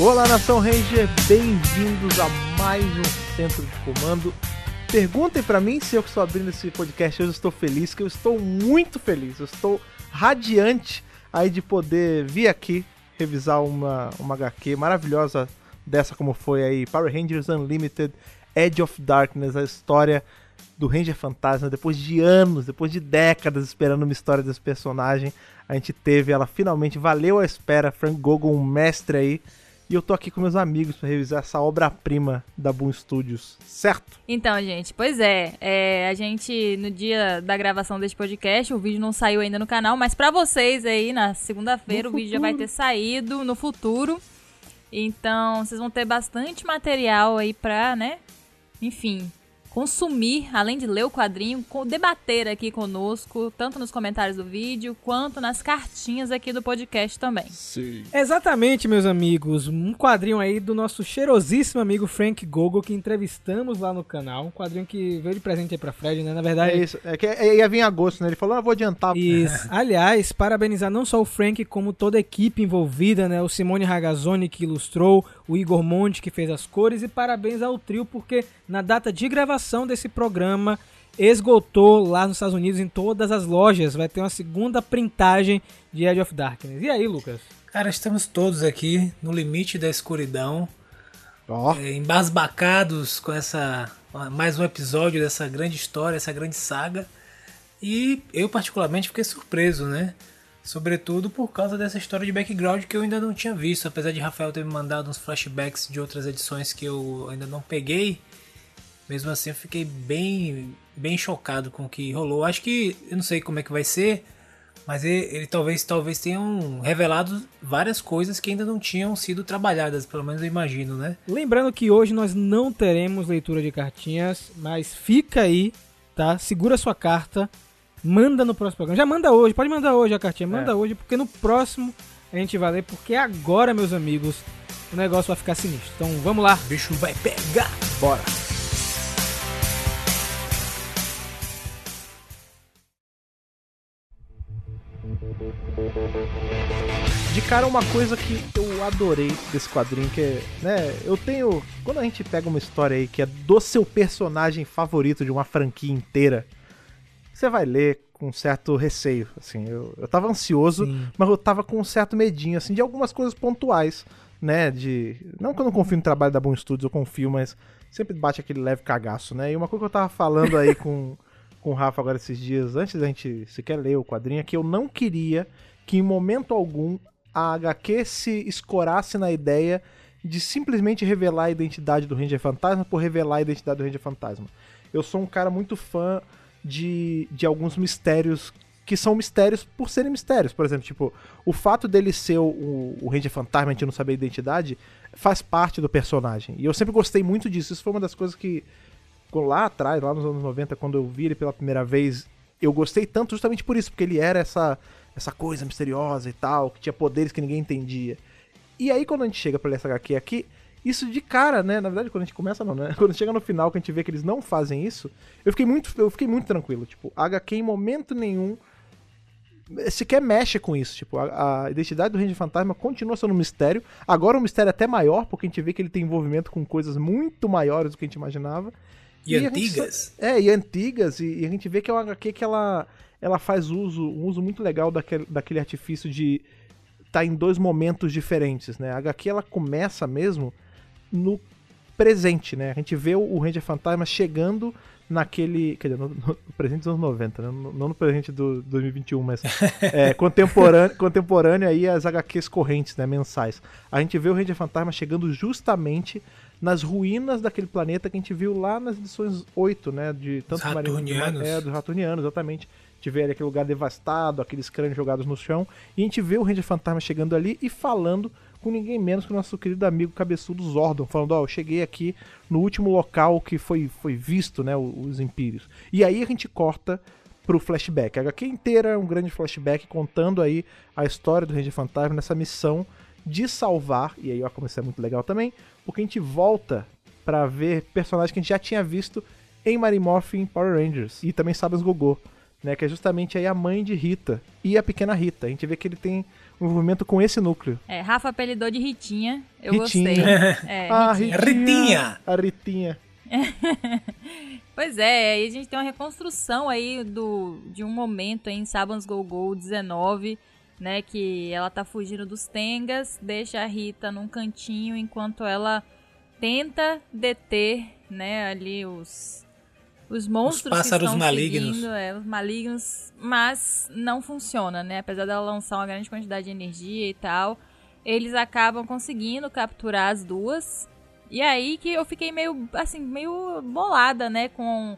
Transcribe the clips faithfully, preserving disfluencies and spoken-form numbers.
Olá, Nação Ranger, bem-vindos a mais um Centro de Comando. Perguntem pra mim se eu que estou abrindo esse podcast hoje eu estou feliz, que eu estou muito feliz, eu estou radiante aí de poder vir aqui revisar uma, uma agá quê maravilhosa dessa como foi aí, Power Rangers Unlimited Edge of Darkness, a história do Ranger Fantasma. Depois de anos, depois de décadas esperando uma história desse personagem, a gente teve ela finalmente, valeu a espera. Frank Gogol, um mestre aí, e eu tô aqui com meus amigos para revisar essa obra-prima da Boom Studios, certo? Então, gente, pois é, é, a gente, no dia da gravação deste podcast, o vídeo não saiu ainda no canal, mas pra vocês aí, na segunda-feira, o vídeo já vai ter saído no futuro. Então, vocês vão ter bastante material aí pra, né, enfim, consumir, além de ler o quadrinho, debater aqui conosco, tanto nos comentários do vídeo, quanto nas cartinhas aqui do podcast também. Sim. Exatamente, meus amigos, um quadrinho aí do nosso cheirosíssimo amigo Frank Gogol, que entrevistamos lá no canal, um quadrinho que veio de presente aí pra Fred, né, na verdade... É isso, é que ia vir em agosto, né, ele falou, ah, vou adiantar. Isso, aliás, parabenizar não só o Frank, como toda a equipe envolvida, né, o Simone Ragazzoni que ilustrou, o Igor Monte que fez as cores, e parabéns ao trio, porque na data de gravação desse programa esgotou lá nos Estados Unidos em todas as lojas. Vai ter uma segunda printagem de Edge of Darkness. E aí, Lucas? Cara, estamos todos aqui no limite da escuridão, oh. é, embasbacados com essa mais um episódio dessa grande história, essa grande saga. E eu particularmente fiquei surpreso, né? Sobretudo por causa dessa história de background que eu ainda não tinha visto, apesar de Rafael ter me mandado uns flashbacks de outras edições que eu ainda não peguei. Mesmo assim eu fiquei bem, bem chocado com o que rolou. Acho que, eu não sei como é que vai ser, mas ele, ele talvez, talvez tenham revelado várias coisas que ainda não tinham sido trabalhadas, pelo menos eu imagino, né? Lembrando que hoje nós não teremos leitura de cartinhas, mas fica aí, tá? Segura sua carta, manda no próximo programa. Já manda hoje, pode mandar hoje a cartinha, manda é. hoje, porque no próximo a gente vai ler, porque agora, meus amigos, o negócio vai ficar sinistro. Então vamos lá. O bicho vai pegar. Bora. De cara, uma coisa que eu adorei desse quadrinho, que é, né, eu tenho... Quando a gente pega uma história aí que é do seu personagem favorito de uma franquia inteira, você vai ler com um certo receio, assim, eu, eu tava ansioso, Sim. mas eu tava com um certo medinho, assim, de algumas coisas pontuais, né, de... Não que eu não confio no trabalho da Boom Studios, eu confio, mas sempre bate aquele leve cagaço, né, e uma coisa que eu tava falando aí com, com o Rafa agora esses dias, antes da gente sequer ler o quadrinho, é que eu não queria que em momento algum a agá quê se escorasse na ideia de simplesmente revelar a identidade do Ranger Fantasma por revelar a identidade do Ranger Fantasma. Eu sou um cara muito fã de, de alguns mistérios que são mistérios por serem mistérios. Por exemplo, tipo, o fato dele ser o, o Ranger Fantasma, a gente não saber a identidade, faz parte do personagem. E eu sempre gostei muito disso. Isso foi uma das coisas que, lá atrás, lá nos anos noventa, quando eu vi ele pela primeira vez, eu gostei tanto justamente por isso, porque ele era essa... essa coisa misteriosa e tal, que tinha poderes que ninguém entendia. E aí quando a gente chega pra ler essa agá quê aqui, isso de cara, né, na verdade quando a gente começa não, né, quando chega no final que a gente vê que eles não fazem isso, eu fiquei muito, eu fiquei muito tranquilo, tipo, a agá quê em momento nenhum sequer mexe com isso, tipo, a, a identidade do Ranger Fantasma continua sendo um mistério, agora um mistério até maior, porque a gente vê que ele tem envolvimento com coisas muito maiores do que a gente imaginava. E, e antigas. Gente, é, e antigas, e, e a gente vê que é uma agá quê que ela... ela faz uso, um uso muito legal daquele, daquele artifício de estar tá em dois momentos diferentes, né? A agá quê, ela começa mesmo no presente, né? A gente vê o, o Ranger Fantasma chegando naquele... Quer dizer, no, no presente dos anos noventa, né? No, não no presente do dois mil e vinte e um, mas é, contemporâneo, contemporâneo aí as agá quês correntes, né? Mensais. A gente vê o Ranger Fantasma chegando justamente nas ruínas daquele planeta que a gente viu lá nas edições oito, né? De tanto Os Raturnianos. É, dos Raturnianos, exatamente. A gente vê ali aquele lugar devastado, aqueles crânios jogados no chão, e a gente vê o Ranger Fantasma chegando ali e falando com ninguém menos que o nosso querido amigo cabeçudo Zordon, falando, ó, oh, eu cheguei aqui no último local que foi, foi visto, né, os Impérios. E aí a gente corta pro flashback. A agá quê inteira é um grande flashback contando aí a história do Ranger Fantasma nessa missão de salvar, e aí ó, como isso é muito legal também, porque a gente volta pra ver personagens que a gente já tinha visto em Mighty Morphin Power Rangers, e também Sabres Gogô, né, que é justamente aí a mãe de Rita e a pequena Rita. A gente vê que ele tem um envolvimento com esse núcleo. É, Rafa apelidou de Ritinha. Eu Ritinha. gostei. É, Ah, Ritinha. Ritinha. A Ritinha. Pois é, aí a gente tem uma reconstrução aí do, de um momento aí em Saban's Go-Go dezenove, né, que ela tá fugindo dos Tengas, deixa a Rita num cantinho enquanto ela tenta deter, né, ali os, os monstros Os pássaros que estão malignos. seguindo, é, os malignos, mas não funciona, né, apesar dela lançar uma grande quantidade de energia e tal, eles acabam conseguindo capturar as duas. E aí que eu fiquei meio, assim, meio bolada, né, com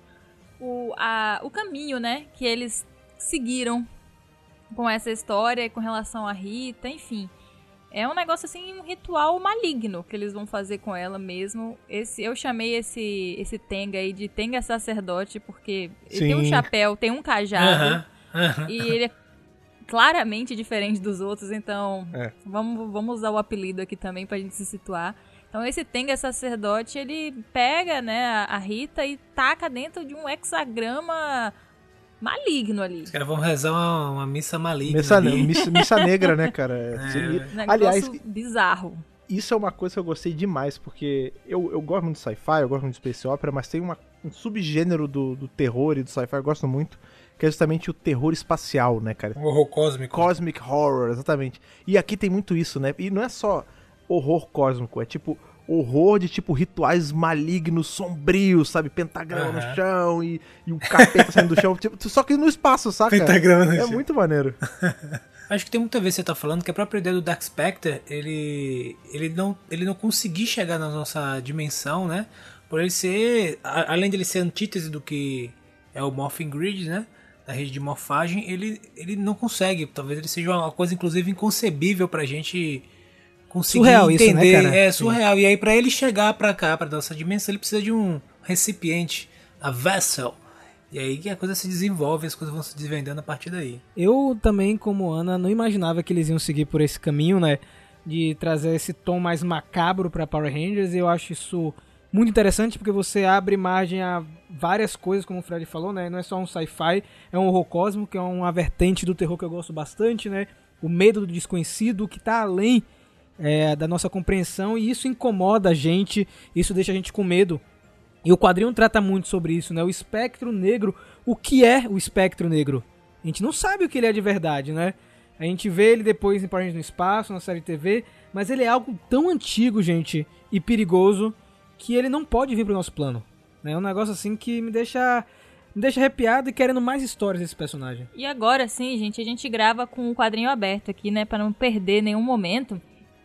o, a, o caminho, né, que eles seguiram com essa história, com relação a Rita, enfim. É um negócio, assim, um ritual maligno que eles vão fazer com ela mesmo. Esse, eu chamei esse, esse Tenga aí de Tenga Sacerdote, porque ele tem um Sim. chapéu, tem um cajado, Aham, aham. e ele é claramente diferente dos outros, então É. vamos, vamos usar o apelido aqui também pra gente se situar. Então esse Tenga Sacerdote, ele pega, né, a, a Rita e taca dentro de um hexagrama maligno ali. Os caras vão rezar uma, uma missa maligna. Missa, ali. missa, missa negra, né, cara? É É. sinistro. Um negócio Aliás, bizarro. isso é uma coisa que eu gostei demais, porque eu, eu gosto muito de sci-fi, eu gosto muito de space opera, mas tem uma, um subgênero do, do terror e do sci-fi que eu gosto muito, que é justamente o terror espacial, né, cara? Um horror cósmico. Cosmic Horror, exatamente. E aqui tem muito isso, né? E não é só horror cósmico, é tipo horror de tipo rituais malignos, sombrios, sabe? Pentagrama Aham. no chão e, e o capeta saindo do chão, tipo, só que no espaço, saca? Pentagrama no É chão. muito maneiro. Acho que tem muita vez que você tá falando que a própria ideia do Dark Spectre, ele, ele, não, ele não conseguir chegar na nossa dimensão, né? Por ele ser, a- além dele ser antítese do que é o Morphing Grid, né? Da rede de morfagem, ele, ele não consegue. Talvez ele seja uma coisa, inclusive, inconcebível pra gente conseguir Surreal isso, né, entender. cara? É surreal. E aí, pra ele chegar pra cá, pra nossa dimensão, ele precisa de um recipiente, a vessel. E aí que a coisa se desenvolve, as coisas vão se desvendando a partir daí. Eu também, como Ana, não imaginava que eles iam seguir por esse caminho, né? De trazer esse tom mais macabro pra Power Rangers. E eu acho isso muito interessante porque você abre margem a várias coisas, como o Fred falou, né? Não é só um sci-fi, é um horror cósmico, que é uma vertente do terror que eu gosto bastante, né? O medo do desconhecido, que tá além é, da nossa compreensão, e isso incomoda a gente, isso deixa a gente com medo. E o quadrinho trata muito sobre isso, né? O espectro negro. O que é o espectro negro? A gente não sabe o que ele é de verdade, né? A gente vê ele depois em Power Rangers no Espaço, na série T V, mas ele é algo tão antigo, gente, e perigoso, que ele não pode vir pro nosso plano. É um negócio assim que me deixa, me deixa arrepiado e querendo mais histórias desse personagem. E agora sim, gente, a gente grava com o quadrinho aberto aqui, né, pra não perder nenhum momento.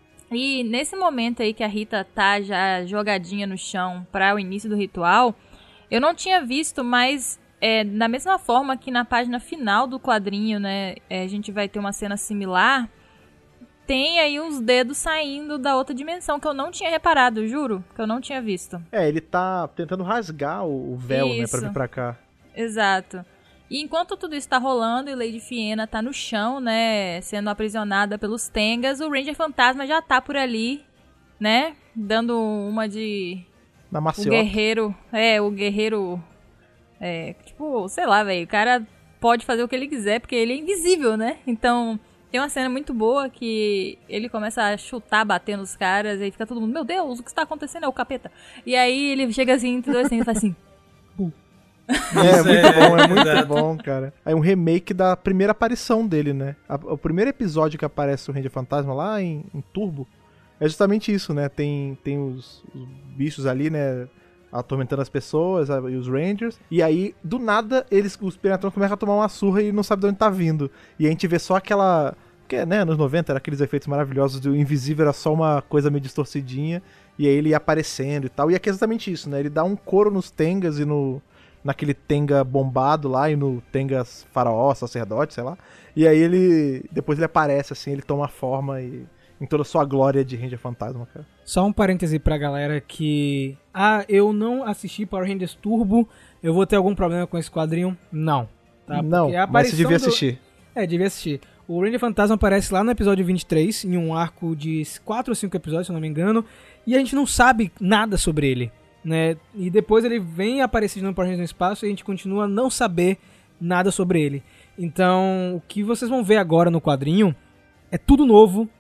E nesse momento aí que a Rita tá já jogadinha no chão para o início do ritual, eu não tinha visto, mas é, da mesma forma que na página final do quadrinho, né, é, a gente vai ter uma cena similar, tem aí uns dedos saindo da outra dimensão que eu não tinha reparado, juro, que eu não tinha visto. É, ele tá tentando rasgar o o véu, né, pra Isso. vir pra cá. Exato. E enquanto tudo isso tá rolando e Lady Fiena tá no chão, né, sendo aprisionada pelos Tengas, o Ranger Fantasma já tá por ali, né, dando uma de... Na O maciota. guerreiro, é, o guerreiro, é, tipo, sei lá, velho, o cara pode fazer o que ele quiser, porque ele é invisível, né? Então, tem uma cena muito boa que ele começa a chutar, bater nos caras, e aí fica todo mundo, meu Deus, o que está acontecendo é o capeta. E aí ele chega assim, entre dois assim, e fala assim, É, muito É, bom, é muito exato. bom, cara. É um remake da primeira aparição dele, né? A- o primeiro episódio que aparece o Ranger Fantasma lá em, em Turbo é justamente isso, né? Tem, tem os, os bichos ali, né? Atormentando as pessoas a- e os Rangers. E aí, do nada, eles, os Penetrons começam a tomar uma surra e não sabem de onde tá vindo. E a gente vê só aquela... Porque, né, anos noventa, era aqueles efeitos maravilhosos do invisível, era só uma coisa meio distorcidinha. E aí ele ia aparecendo e tal. E aqui é exatamente isso, né? Ele dá um couro nos Tengas e no... naquele Tenga bombado lá e no Tenga faraó, sacerdote, sei lá. E aí ele... depois ele aparece, assim, ele toma forma e... em toda a sua glória de Ranger Fantasma, cara. Só um parêntese pra galera que... Ah, eu não assisti Power Rangers Turbo, eu vou ter algum problema com esse quadrinho? Não. Tá? Não, Porque a mas você aparição devia do- assistir. É, devia assistir. O Ranger Fantasma aparece lá no episódio vinte e três, em um arco de quatro ou cinco episódios, se eu não me engano, e a gente não sabe nada sobre ele, né? E depois ele vem aparecer no Power Rangers no Espaço e a gente continua a não saber nada sobre ele. Então, o que vocês vão ver agora no quadrinho é tudo novo,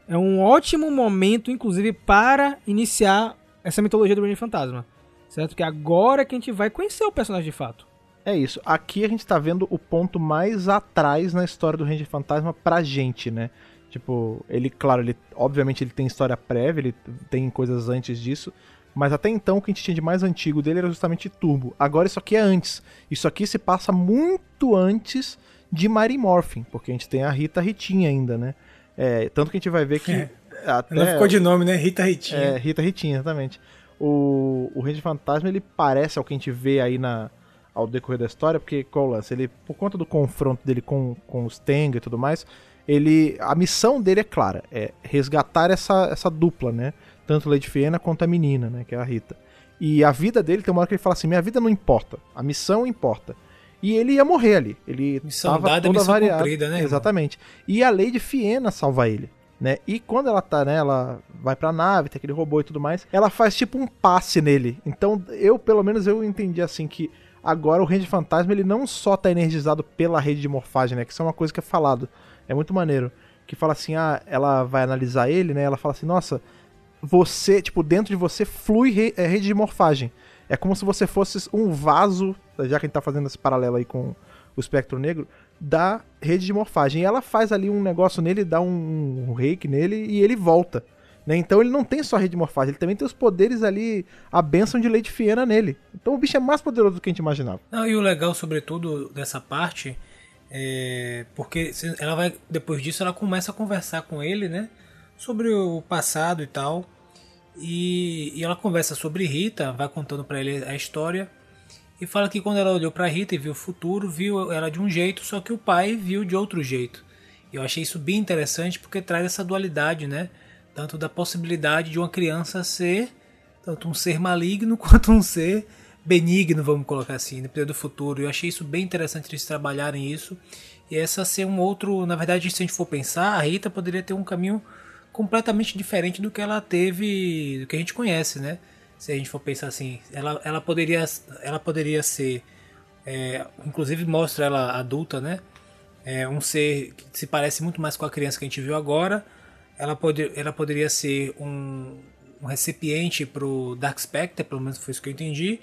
é um ótimo momento, inclusive, para iniciar essa mitologia do Ranger Fantasma. Certo? Que agora que a gente vai conhecer o personagem de fato. É isso. Aqui a gente tá vendo o ponto mais atrás na história do Ranger Fantasma pra gente, né? Tipo, ele, claro, ele obviamente ele tem história prévia, ele tem coisas antes disso, mas até então o que a gente tinha de mais antigo dele era justamente Turbo. Agora isso aqui é antes. Isso aqui se passa muito antes de Mighty Morphin, porque a gente tem a Rita Ritinha ainda, né? É, tanto que a gente vai ver que... É. Até, Ela ficou de nome, né? Rita Ritinha. É, Rita Ritinha, exatamente. O, o Ranger Fantasma, ele parece ao que a gente vê aí na, ao decorrer da história, porque qual o lance? Ele, por conta do confronto dele com, com os Tenga e tudo mais, ele, a missão dele é clara, é resgatar essa, essa dupla, né? Tanto Lady Fiena quanto a menina, né? Que é a Rita. E a vida dele, tem uma hora que ele fala assim, minha vida não importa, a missão importa. E ele ia morrer ali, ele missão tava dada, toda missão variada. cumprida, né, exatamente. E a Lady Fiena salva ele. Né? E quando ela tá, né, ela vai pra nave, tem aquele robô e tudo mais, ela faz tipo um passe nele. Então, eu, pelo menos, eu entendi assim que agora o Ranger Fantasma, ele não só tá energizado pela rede de morfagem, né, que isso é uma coisa que é falado, é muito maneiro, que fala assim, ah, ela vai analisar ele, né, ela fala assim, nossa, você, tipo, dentro de você flui re- é, rede de morfagem. É como se você fosse um vaso, já que a gente tá fazendo esse paralelo aí com o Espectro Negro, da rede de morfagem. E ela faz ali um negócio nele, dá um, um reiki nele e ele volta. Né? Então ele não tem só rede de morfagem, ele também tem os poderes ali, a bênção de Lady Fiena nele. Então o bicho é mais poderoso do que a gente imaginava. Não, e o legal, sobretudo, dessa parte, é porque ela vai, depois disso, ela começa a conversar com ele, né? Sobre o passado e tal. E, e ela conversa sobre Rita, vai contando pra ele a história. E fala que quando ela olhou pra Rita e viu o futuro, viu ela de um jeito, só que o pai viu de outro jeito. E eu achei isso bem interessante porque traz essa dualidade, né? Tanto da possibilidade de uma criança ser tanto um ser maligno quanto um ser benigno, vamos colocar assim, dependendo do futuro. Eu achei isso bem interessante eles trabalharem isso. E essa ser um outro... Na verdade, se a gente for pensar, a Rita poderia ter um caminho completamente diferente do que ela teve, do que a gente conhece, né? Se a gente for pensar assim, ela, ela, poderia, ela poderia ser, é, inclusive mostra ela adulta, né? É, um ser que se parece muito mais com a criança que a gente viu agora. Ela, pode, ela poderia ser um, um recipiente pro Dark Spectre, pelo menos foi isso que eu entendi.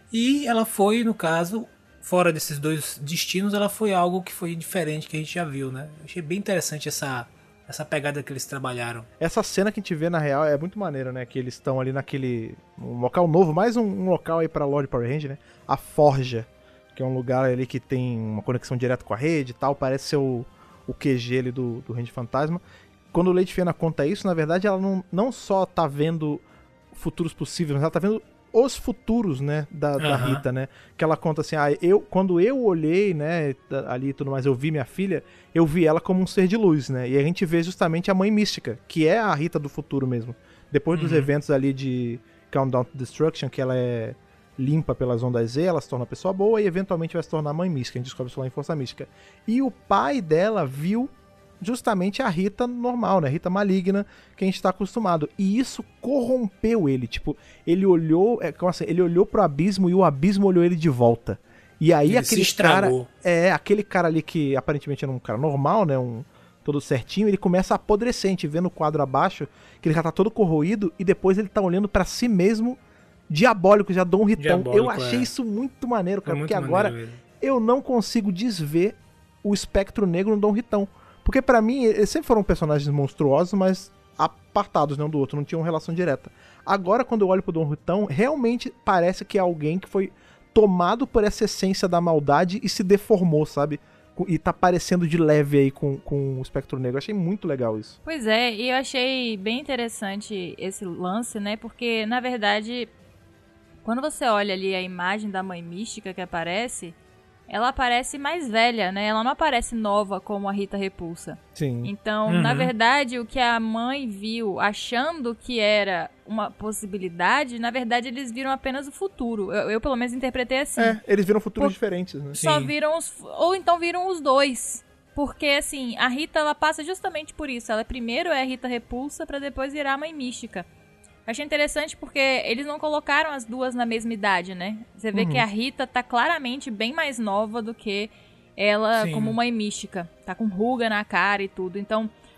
E ela foi, no caso, fora desses dois destinos, ela foi algo que foi diferente que a gente já viu, né? Eu achei bem interessante essa... essa pegada que eles trabalharam. Essa cena que a gente vê na real é muito maneira, né? Que eles estão ali naquele... um local novo, mais um, um local aí pra Lord Power Ranger, né? A Forja, que é um lugar ali que tem uma conexão direta com a rede e tal. Parece ser o, o Q G ali do, do Ranger Fantasma. Quando o Lady Fiena conta isso, na verdade ela não, não só tá vendo futuros possíveis, mas ela tá vendo os futuros, né, da, uhum. da Rita, né, que ela conta assim, ah, eu, quando eu olhei, né, ali e tudo mais, eu vi minha filha, eu vi ela como um ser de luz, né, e a gente vê justamente a Mãe Mística, que é a Rita do futuro mesmo, depois dos uhum. eventos ali de Countdown to Destruction, que ela é limpa pelas ondas Z, ela se torna uma pessoa boa e eventualmente vai se tornar Mãe Mística, a gente descobre isso lá em Força Mística, e o pai dela viu justamente a Rita normal, né? Rita maligna, que a gente tá acostumado. E isso corrompeu ele. Tipo, ele olhou... É, como assim? Ele olhou pro abismo e o abismo olhou ele de volta. E aí ele aquele se estragou. cara... É, aquele cara ali que aparentemente era um cara normal, né? Um todo certinho, ele começa a apodrecer. A gente vê no quadro abaixo que ele já tá todo corroído e depois ele tá olhando pra si mesmo diabólico, já Dom Ritão. Diabólico, eu achei é. isso muito maneiro, cara. É muito porque agora maneiro, eu não consigo desver o espectro negro no Dom Ritão. Porque pra mim, eles sempre foram personagens monstruosos, mas apartados, né, um do outro, não tinham relação direta. Agora, quando eu olho pro Dom Ritão, realmente parece que é alguém que foi tomado por essa essência da maldade e se deformou, sabe? E tá parecendo de leve aí com, com o Espectro Negro. Eu achei muito legal isso. Pois é, e eu achei bem interessante esse lance, né? Porque, na verdade, quando você olha ali a imagem da Mãe Mística que aparece... ela aparece mais velha, né? Ela não aparece nova como a Rita Repulsa. Sim. Então, uhum. na verdade, o que a mãe viu achando que era uma possibilidade, na verdade, eles viram apenas o futuro. Eu, eu pelo menos, interpretei assim. É, eles viram futuros Por... diferentes, né? Só Sim. viram os... Ou então viram os dois. Porque, assim, a Rita, ela passa justamente por isso. Ela primeiro é a Rita Repulsa pra depois virar a Mãe Mística. Achei interessante porque eles não colocaram as duas na mesma idade, né? Você vê uhum. que a Rita tá claramente bem mais nova do que ela Sim. como Mãe Mística. Tá com ruga na cara e tudo. Então,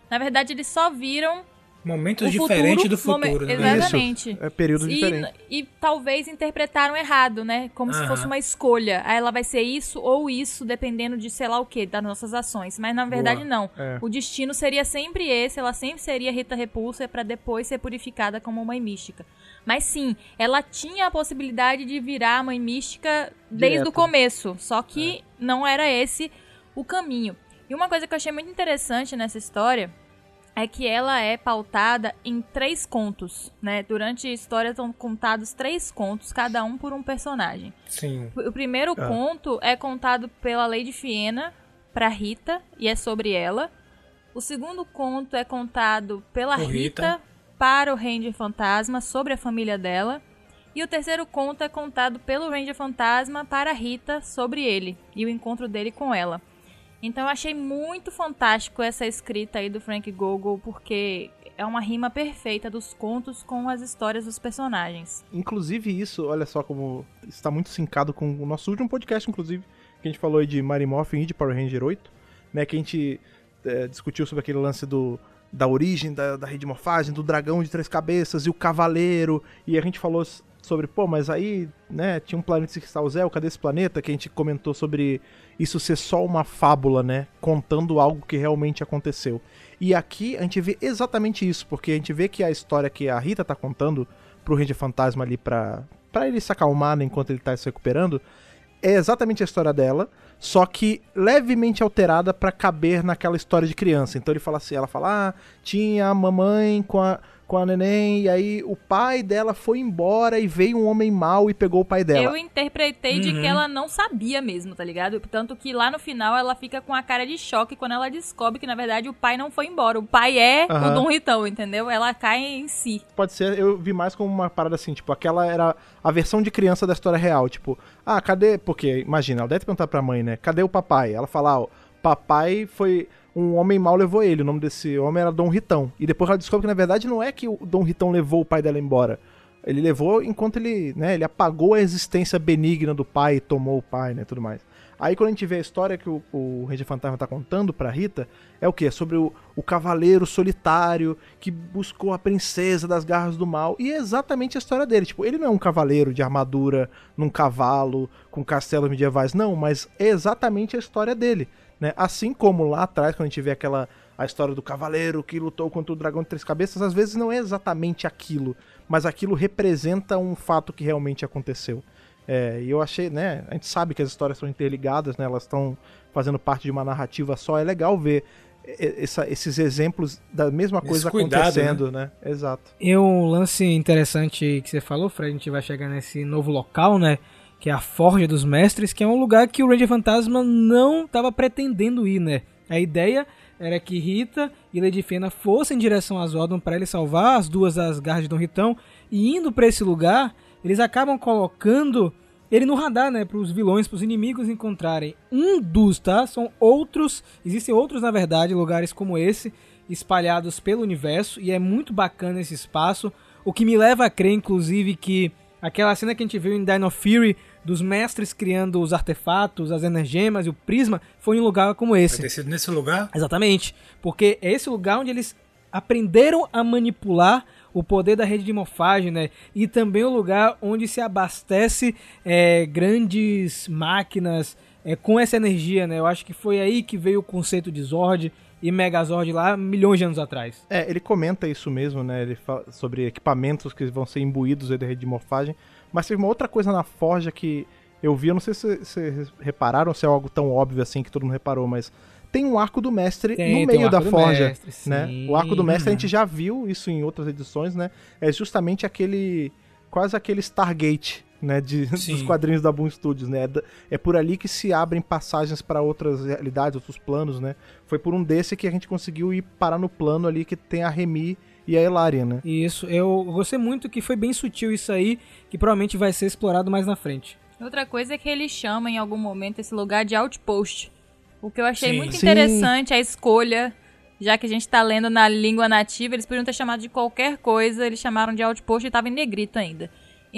Na verdade, eles só viram Momentos o diferentes futuro, do futuro, momen- né? Exatamente. Isso, é períodos E, diferentes. e talvez interpretaram errado, né? Como se Aham. fosse uma escolha. Aí ela vai ser isso ou isso, dependendo de sei lá o que, das nossas ações. Mas na verdade Boa. não. É. O destino seria sempre esse, ela sempre seria Rita Repulsa pra depois ser purificada como mãe mística. Mas sim, ela tinha a possibilidade de virar mãe mística desde Direto. o começo. Só que não era esse o caminho. E uma coisa que eu achei muito interessante nessa história é que ela é pautada em três contos, né? Durante a história são contados três contos, cada um por um personagem. Sim. O primeiro Ah. conto é contado pela Lady Fiena pra Rita, e é sobre ela. O segundo conto é contado pela Por Rita, Rita. para o Ranger Fantasma, sobre a família dela. E o terceiro conto é contado pelo Ranger Fantasma para a Rita, sobre ele, e o encontro dele com ela. Então eu achei muito fantástico essa escrita aí do Frank Gogol, porque é uma rima perfeita dos contos com as histórias dos personagens. Inclusive isso, olha só como está muito sincado com o nosso último podcast, inclusive, que a gente falou aí de Mighty Morphin e de Power Ranger oito, né, que a gente é, discutiu sobre aquele lance do, da origem da, da rede de morfagem, do dragão de três cabeças e o cavaleiro, e a gente falou sobre, pô, mas aí, né, tinha um planeta Cristal Zell, cadê esse planeta? Que a gente comentou sobre isso ser só uma fábula, né, contando algo que realmente aconteceu. E aqui a gente vê exatamente isso, porque a gente vê que a história que a Rita tá contando pro Ranger Fantasma ali pra, pra ele se acalmar, né, enquanto ele tá se recuperando, é exatamente a história dela, só que levemente alterada pra caber naquela história de criança. Então ele fala assim, ela fala, ah, tinha a mamãe com a, com a neném, e aí o pai dela foi embora e veio um homem mau e pegou o pai dela. Eu interpretei de Uhum. que ela não sabia mesmo, tá ligado? Tanto que lá no final ela fica com a cara de choque quando ela descobre que, na verdade, o pai não foi embora. O pai é Aham. o Dom Ritão, entendeu? Ela cai em si. Pode ser, eu vi mais como uma parada assim, tipo, aquela era a versão de criança da história real, tipo, ah, cadê, porque, imagina, ela deve perguntar pra mãe, né, cadê o papai? Ela fala, ó, papai foi, um homem mau levou ele, o nome desse homem era Dom Ritão, e depois ela descobre que na verdade não é que o Dom Ritão levou o pai dela embora, ele levou enquanto ele, né, ele apagou a existência benigna do pai e tomou o pai, né, tudo mais. Aí quando a gente vê a história que o, o Ranger Fantasma tá contando pra Rita, é o quê? É sobre o, o cavaleiro solitário que buscou a princesa das garras do mal. E é exatamente a história dele. Tipo, ele não é um cavaleiro de armadura, num cavalo, com castelos medievais, não. Mas é exatamente a história dele, né? Assim como lá atrás, quando a gente vê aquela a história do cavaleiro que lutou contra o dragão de três cabeças, às vezes não é exatamente aquilo. Mas aquilo representa um fato que realmente aconteceu. É, e eu achei, né, a gente sabe que as histórias são interligadas, né, elas estão fazendo parte de uma narrativa só, é legal ver essa, esses exemplos da mesma coisa Esse cuidado, acontecendo, né? né, exato. E um lance interessante que você falou, Fred, a gente vai chegar nesse novo local, né, que é a Forja dos Mestres, que é um lugar que o Ranger Fantasma não estava pretendendo ir, né. A ideia era que Rita e Lady Fiena fossem em direção a Zordon para ele salvar as duas das garras de Dom Ritão, e indo para esse lugar, eles acabam colocando ele no radar, né, para os vilões, para os inimigos encontrarem. Um dos, tá? São outros, existem outros, na verdade, lugares como esse, espalhados pelo universo, e é muito bacana esse espaço, o que me leva a crer, inclusive, que aquela cena que a gente viu em Dino Fury, dos mestres criando os artefatos, as energemas e o prisma, foi em um lugar como esse. Vai ter sido nesse lugar? Exatamente, porque é esse lugar onde eles aprenderam a manipular o poder da rede de morfagem, né? E também o lugar onde se abastece é, grandes máquinas é, com essa energia, né? Eu acho que foi aí que veio o conceito de Zord e Megazord lá milhões de anos atrás. É, ele comenta isso mesmo, né? Ele fala sobre equipamentos que vão ser imbuídos aí da rede de morfagem. Mas teve uma outra coisa na Forja que eu vi, eu não sei se vocês repararam, se é algo tão óbvio assim que todo mundo reparou, mas tem um arco do mestre Tem, no tem meio o da arco do Forja, mestre, né? sim. O arco do mestre a gente já viu isso em outras edições, né? É justamente aquele, quase aquele Stargate, né? De, dos quadrinhos da Boom Studios, né? É por ali que se abrem passagens para outras realidades, outros planos, né? Foi por um desse que a gente conseguiu ir parar no plano ali que tem a Remy e a Elaria, né? Isso, eu gostei muito que foi bem sutil isso aí, que provavelmente vai ser explorado mais na frente. Outra coisa é que ele chama em algum momento esse lugar de Outpost. O que eu achei Sim. muito Sim. interessante, a escolha, já que a gente tá lendo na língua nativa, eles podiam ter chamado de qualquer coisa, eles chamaram de Outpost e tava em negrito ainda.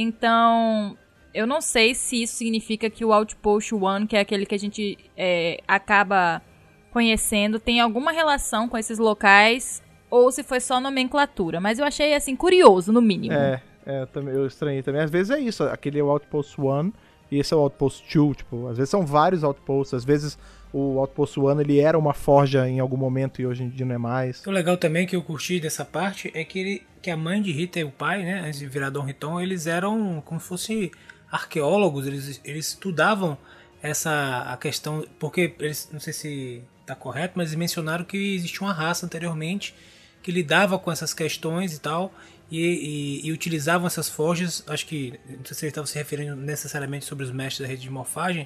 Então, eu não sei se isso significa que o Outpost um, que é aquele que a gente é, acaba conhecendo tem alguma relação com esses locais ou se foi só nomenclatura. Mas eu achei, assim, curioso, no mínimo. É, é eu, também, eu estranhei também. Às vezes é isso, aquele é o Outpost um e esse é o Outpost dois, tipo, às vezes são vários Outposts, às vezes o Outpost um ele era uma forja em algum momento e hoje em dia não é mais. O legal também que eu curti dessa parte é que, ele, que a mãe de Rita e o pai, né, antes de virar Dom Riton, eles eram como se fossem arqueólogos, eles, eles estudavam essa a questão, porque eles, não sei se está correto, mas eles mencionaram que existia uma raça anteriormente que lidava com essas questões e tal, e, e, e utilizavam essas forjas, acho que, não sei se ele estava se referindo necessariamente sobre os mestres da rede de morfagem,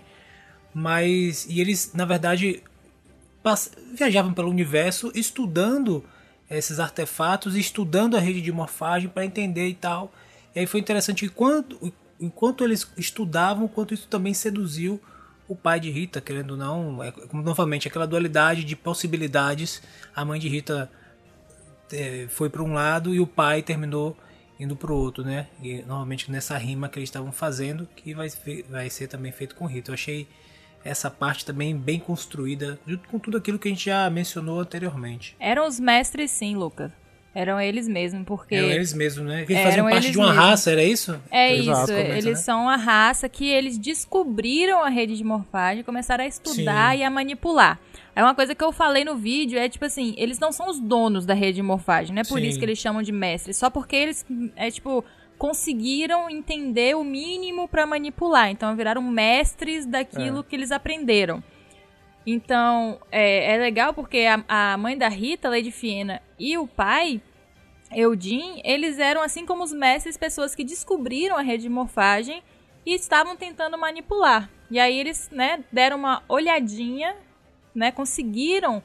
mas, e eles, na verdade, pass- viajavam pelo universo estudando esses artefatos, estudando a rede de morfagem para entender e tal, e aí foi interessante que quando, enquanto eles estudavam, quanto isso também seduziu o pai de Rita, querendo ou não, é, novamente, aquela dualidade de possibilidades, a mãe de Rita é, foi para um lado e o pai terminou indo para o outro, né? E novamente nessa rima que eles estavam fazendo, que vai, vai ser também feito com Rita. Eu achei essa parte também bem construída, junto com tudo aquilo que a gente já mencionou anteriormente. Eram os mestres, sim, Lucas. Eram eles mesmos, porque... Eram eles mesmos, né? Eles Eram faziam parte eles de uma mesmos. raça, era isso? É Exato, isso, começa, eles né? são a raça que eles descobriram a rede de morfagem, começaram a estudar Sim. e a manipular. É uma coisa que eu falei no vídeo, é tipo assim, eles não são os donos da rede de morfagem, não é por Sim. isso que eles chamam de mestres, só porque eles, é tipo, conseguiram entender o mínimo pra manipular, então viraram mestres daquilo É. que eles aprenderam. Então, é, é legal porque a, a mãe da Rita, Lady Fiena, e o pai, Eudin, eles eram, assim como os mestres, pessoas que descobriram a rede de morfagem e estavam tentando manipular. E aí eles, né, deram uma olhadinha, né, conseguiram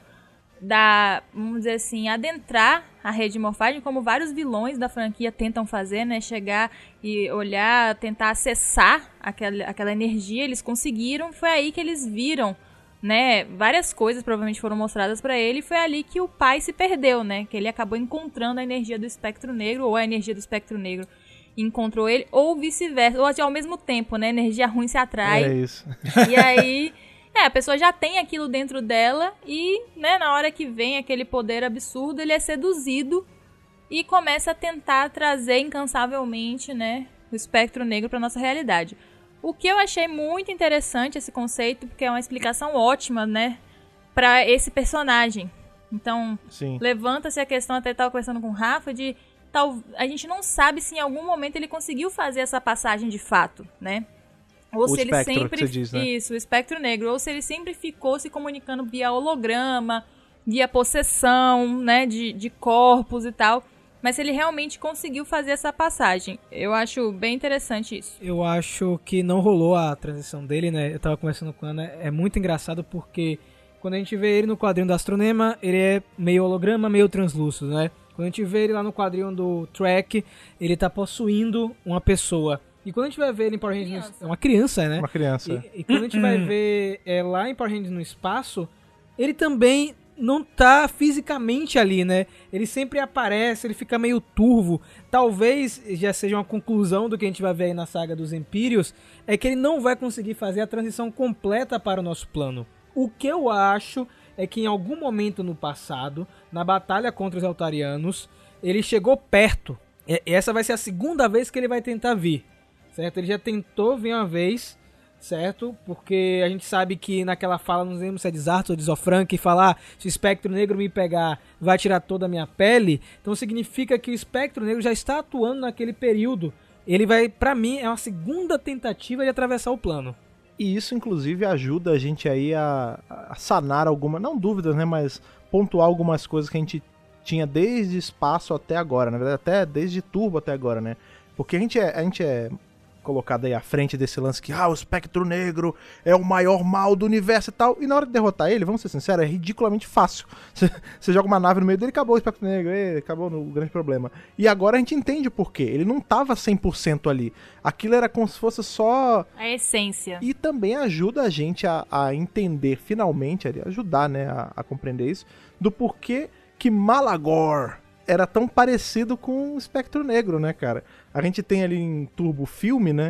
dar, vamos dizer assim, adentrar a rede de morfagem, como vários vilões da franquia tentam fazer, né, chegar e olhar, tentar acessar aquela, aquela energia, eles conseguiram, foi aí que eles viram, né, várias coisas provavelmente foram mostradas pra ele, e foi ali que o pai se perdeu, né, que ele acabou encontrando a energia do espectro negro, ou a energia do espectro negro encontrou ele, ou vice-versa, ou ao mesmo tempo, né, energia ruim se atrai, É isso. e aí, é, a pessoa já tem aquilo dentro dela e, né, na hora que vem aquele poder absurdo, ele é seduzido e começa a tentar trazer incansavelmente, né, o espectro negro pra nossa realidade. O que eu achei muito interessante esse conceito, porque é uma explicação ótima, né, pra esse personagem. Então, Sim. levanta-se a questão, até estava conversando com o Rafa, de tal, a gente não sabe se em algum momento ele conseguiu fazer essa passagem de fato, né? Ou O se ele espectro, sempre que você diz, né? Isso, o espectro negro, ou se ele sempre ficou se comunicando via holograma, via possessão, né, de, de corpos e tal. Mas se ele realmente conseguiu fazer essa passagem. Eu acho bem interessante isso. Eu acho que não rolou a transição dele, né? Eu tava conversando com a Ana, é muito engraçado porque quando a gente vê ele no quadrinho do Astronema, ele é meio holograma, meio translúcido, né? Quando a gente vê ele lá no quadrinho do Trek, ele tá possuindo uma pessoa. E quando a gente vai ver ele em Power Rangers... Criança. É uma criança, né? Uma criança. E, e quando a gente vai ver é, lá em Power Rangers no espaço, ele também não tá fisicamente ali, né? Ele sempre aparece, ele fica meio turvo. Talvez já seja uma conclusão do que a gente vai ver aí na saga dos Empíreos, é que ele não vai conseguir fazer a transição completa para o nosso plano. O que eu acho é que em algum momento no passado, na batalha contra os Eltarianos, ele chegou perto. E essa vai ser a segunda vez que ele vai tentar vir, certo? Ele já tentou vir uma vez, certo? Porque a gente sabe que naquela fala, não lembro se é de Zartos ou de Zofran, que fala, ah, se o espectro negro me pegar, vai tirar toda a minha pele. Então significa que o espectro negro já está atuando naquele período. Ele vai, pra mim, é uma segunda tentativa de atravessar o plano. E isso, inclusive, ajuda a gente aí a, a sanar algumas, não dúvidas, né, mas pontuar algumas coisas que a gente tinha desde espaço até agora, na verdade, até desde Turbo até agora, né? Porque a gente é, a gente é colocado aí à frente desse lance que, ah, o espectro negro é o maior mal do universo e tal, e na hora de derrotar ele, vamos ser sinceros, é ridiculamente fácil. Você joga uma nave no meio dele, acabou o espectro negro, e acabou o grande problema. E agora a gente entende o porquê, ele não tava cem por cento ali, aquilo era como se fosse só... A essência. E também ajuda a gente a, a entender, finalmente, a ajudar, né, a, a compreender isso, do porquê que Malagor era tão parecido com o Espectro Negro, né, cara? A gente tem ali em Turbo filme, né,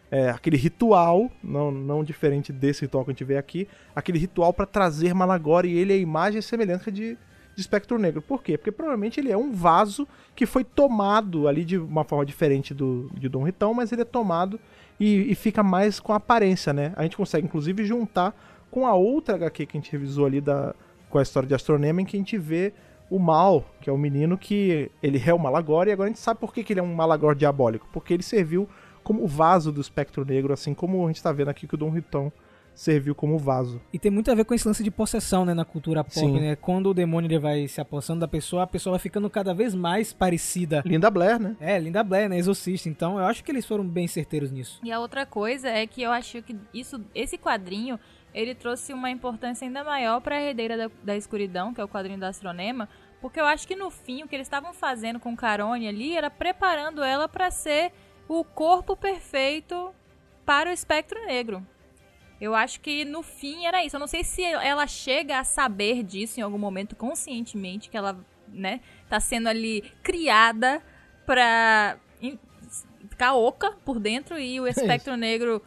é, aquele ritual, não, não diferente desse ritual que a gente vê aqui, aquele ritual pra trazer Malagor, e ele é a imagem e semelhança de, de Espectro Negro. Por quê? Porque provavelmente ele é um vaso que foi tomado ali de uma forma diferente do, de Dom Ritão, mas ele é tomado e, e fica mais com a aparência, né? A gente consegue inclusive juntar com a outra agá quê que a gente revisou ali da, com a história de Astronema, em que a gente vê o Mal, que é o menino que ele é o Malagor, e agora a gente sabe por que, que ele é um Malagor diabólico, porque ele serviu como vaso do Espectro Negro, assim como a gente tá vendo aqui que o Dom Ritão serviu como vaso. E tem muito a ver com esse lance de possessão, né, na cultura pop, Sim. né? Quando o demônio ele vai se apossando da pessoa, a pessoa vai ficando cada vez mais parecida. Linda Blair, né? É, Linda Blair, né, Exorcista. Então eu acho que eles foram bem certeiros nisso. E a outra coisa é que eu acho que isso, esse quadrinho, ele trouxe uma importância ainda maior pra Herdeira da, da Escuridão, que é o quadrinho do Astronema, porque eu acho que no fim o que eles estavam fazendo com Carone ali era preparando ela pra ser o corpo perfeito para o Espectro Negro. Eu acho que no fim era isso. Eu não sei se ela chega a saber disso em algum momento conscientemente, que ela, né, tá sendo ali criada pra ficar oca por dentro e o Espectro Negro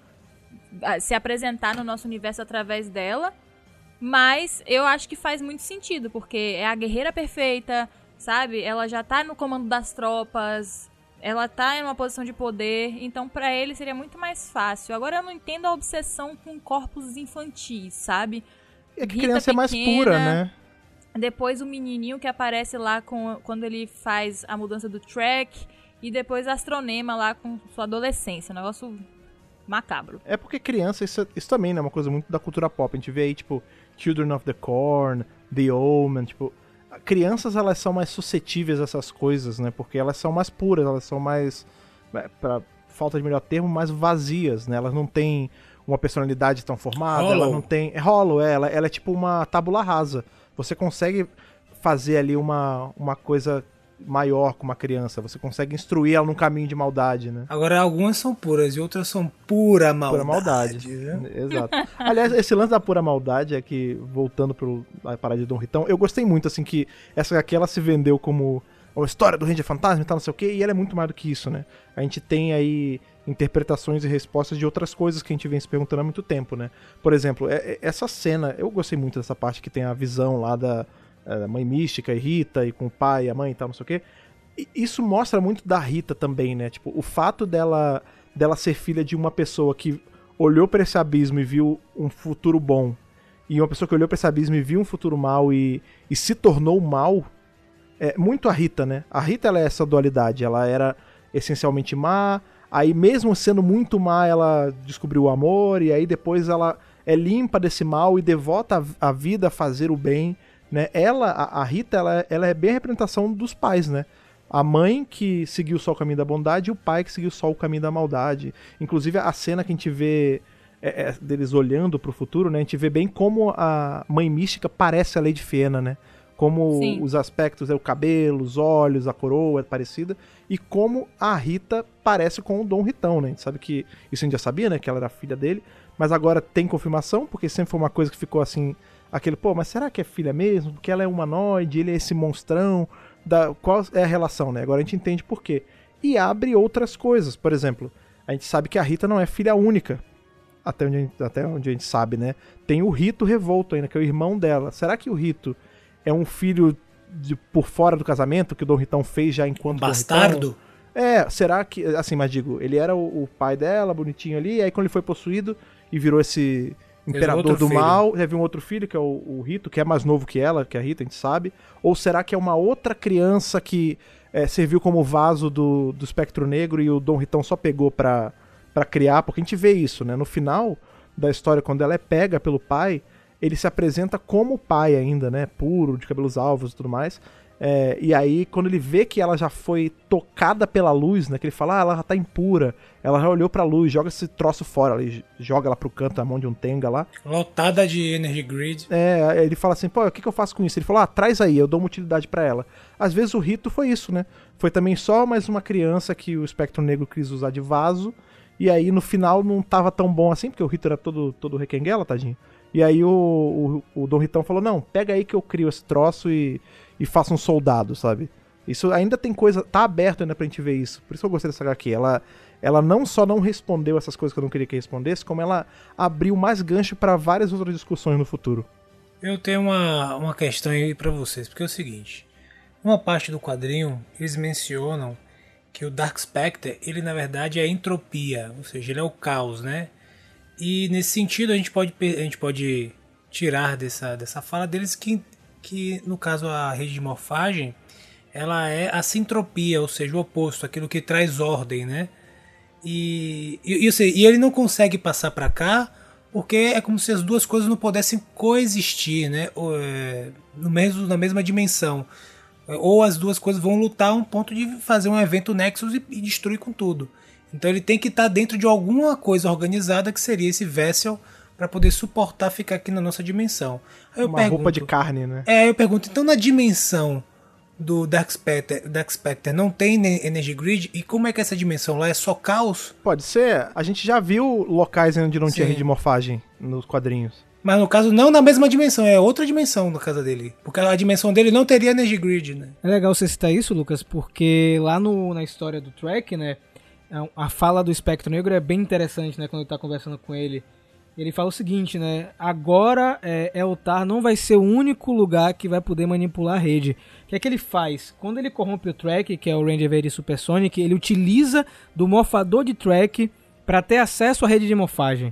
se apresentar no nosso universo através dela. Mas eu acho que faz muito sentido, porque é a guerreira perfeita, sabe? Ela já tá no comando das tropas, ela tá em uma posição de poder, então pra ele seria muito mais fácil. Agora eu não entendo a obsessão com corpos infantis, sabe? É que Rita criança é mais pequena, pura, né? Depois o menininho que aparece lá com, quando ele faz a mudança do track, e depois Astronema lá com sua adolescência, um negócio macabro. É porque criança, isso, isso também, né, é uma coisa muito da cultura pop. A gente vê aí, tipo, Children of the Corn, The Omen, tipo... Crianças, elas são mais suscetíveis a essas coisas, né? Porque elas são mais puras, elas são mais, pra falta de melhor termo, mais vazias, né? Elas não têm uma personalidade tão formada, Hollow. elas não têm... É hollow, é, ela, ela é tipo uma tábula rasa. Você consegue fazer ali uma, uma coisa maior com uma criança, você consegue instruir ela num caminho de maldade, né? Agora, algumas são puras e outras são pura maldade. Pura maldade. Né? Exato. Aliás, esse lance da pura maldade é que, voltando pra parada de Dom Ritão, eu gostei muito, assim, que essa aqui ela se vendeu como uma história do Ranger Fantasma e tal, não sei o quê, e ela é muito mais do que isso, né? A gente tem aí interpretações e respostas de outras coisas que a gente vem se perguntando há muito tempo, né? Por exemplo, essa cena, eu gostei muito dessa parte que tem a visão lá da a mãe mística e Rita, e com o pai e a mãe e tal, não sei o quê. E isso mostra muito da Rita também, né? Tipo, o fato dela, dela ser filha de uma pessoa que olhou pra esse abismo e viu um futuro bom, e uma pessoa que olhou pra esse abismo e viu um futuro mal e, e se tornou mal, é muito a Rita, né? A Rita, ela é essa dualidade, ela era essencialmente má, aí mesmo sendo muito má, ela descobriu o amor, e aí depois ela é limpa desse mal e devota a, a vida a fazer o bem, né? Ela, a, a Rita, ela, ela é bem a representação dos pais, né? A mãe que seguiu só o caminho da bondade e o pai que seguiu só o caminho da maldade. Inclusive a cena que a gente vê é, é, deles olhando pro futuro, né? A gente vê bem como a mãe mística parece a Lady Fiena, né? Como Sim. os aspectos, é, o cabelo, os olhos, a coroa é parecida. E como a Rita parece com o Dom Ritão, né? A gente sabe que... Isso a gente já sabia, né? Que ela era filha dele. Mas agora tem confirmação, porque sempre foi uma coisa que ficou assim... Aquele, pô, mas será que é filha mesmo? Porque ela é humanoide, ele é esse monstrão. Da, qual é a relação, né? Agora a gente entende por quê. E abre outras coisas. Por exemplo, a gente sabe que a Rita não é filha única. Até onde a gente, até onde a gente sabe, né? Tem o Rito Revolto ainda, que é o irmão dela. Será que o Rito é um filho de, por fora do casamento, que o Dom Ritão fez já enquanto Um bastardo? Dom Ritão? É, será que... Assim, mas digo, ele era o, o pai dela, bonitinho ali, e aí quando ele foi possuído e virou esse... Imperador do filho. Mal, teve um outro filho, que é o, o Rito, que é mais novo que ela, que é a Rita, a gente sabe. Ou será que é uma outra criança que é, serviu como vaso do, do Espectro Negro e o Dom Ritão só pegou pra, pra criar? Porque a gente vê isso, né? No final da história, quando ela é pega pelo pai, ele se apresenta como pai ainda, né? Puro, de cabelos alvos e tudo mais. É, e aí, quando ele vê que ela já foi tocada pela luz, né? Que ele fala, ah, ela já tá impura. Ela já olhou pra luz, joga esse troço fora, ele joga ela pro canto na mão de um Tenga lá. Lotada de Energy Grid. É, ele fala assim, pô, o que, que eu faço com isso? Ele falou, ah, traz aí, eu dou uma utilidade pra ela. Às vezes o Rito foi isso, né? Foi também só mais uma criança que o Espectro Negro quis usar de vaso. E aí, no final, não tava tão bom assim, porque o Rito era todo, todo requenguela, tadinho. E aí o, o, o Dom Ritão falou, não, pega aí que eu crio esse troço e, e faça um soldado, sabe? Isso ainda tem coisa, tá aberto ainda pra gente ver isso. Por isso que eu gostei dessa agá quê. Ela, ela não só não respondeu essas coisas que eu não queria que respondesse, como ela abriu mais gancho para várias outras discussões no futuro. Eu tenho uma, uma questão aí pra vocês, porque é o seguinte, uma parte do quadrinho, eles mencionam que o Dark Spectre, ele na verdade é a entropia, ou seja, ele é o caos, né? E nesse sentido a gente pode, a gente pode tirar dessa, dessa fala deles que, que, no caso, a rede de morfagem, ela é a sintropia, ou seja, o oposto, aquilo que traz ordem, né? E, e, e ele não consegue passar para cá porque é como se as duas coisas não pudessem coexistir, né? Ou, é, no mesmo, na mesma dimensão. Ou as duas coisas vão lutar a um ponto de fazer um evento Nexus e, e destruir com tudo. Então ele tem que estar dentro de alguma coisa organizada que seria esse Vessel para poder suportar ficar aqui na nossa dimensão. Aí eu Uma pergunto, roupa de carne, né? É, eu pergunto, então na dimensão do Dark Spectre, Dark Spectre não tem Energy Grid? E como é que é essa dimensão lá? É só caos? Pode ser. A gente já viu locais onde não Sim. tinha rede de morfagem nos quadrinhos. Mas no caso não na mesma dimensão, é outra dimensão no caso dele. Porque a dimensão dele não teria Energy Grid, né? É legal você citar isso, Lucas, porque lá no, na história do Trek, né, a fala do Espectro Negro é bem interessante, né, quando ele tá conversando com ele. Ele fala o seguinte, né, agora é, Eltar não vai ser o único lugar que vai poder manipular a rede. O que é que ele faz? Quando ele corrompe o Trek, que é o Ranger Verde Supersonic, ele utiliza do morfador de Trek para ter acesso à rede de morfagem.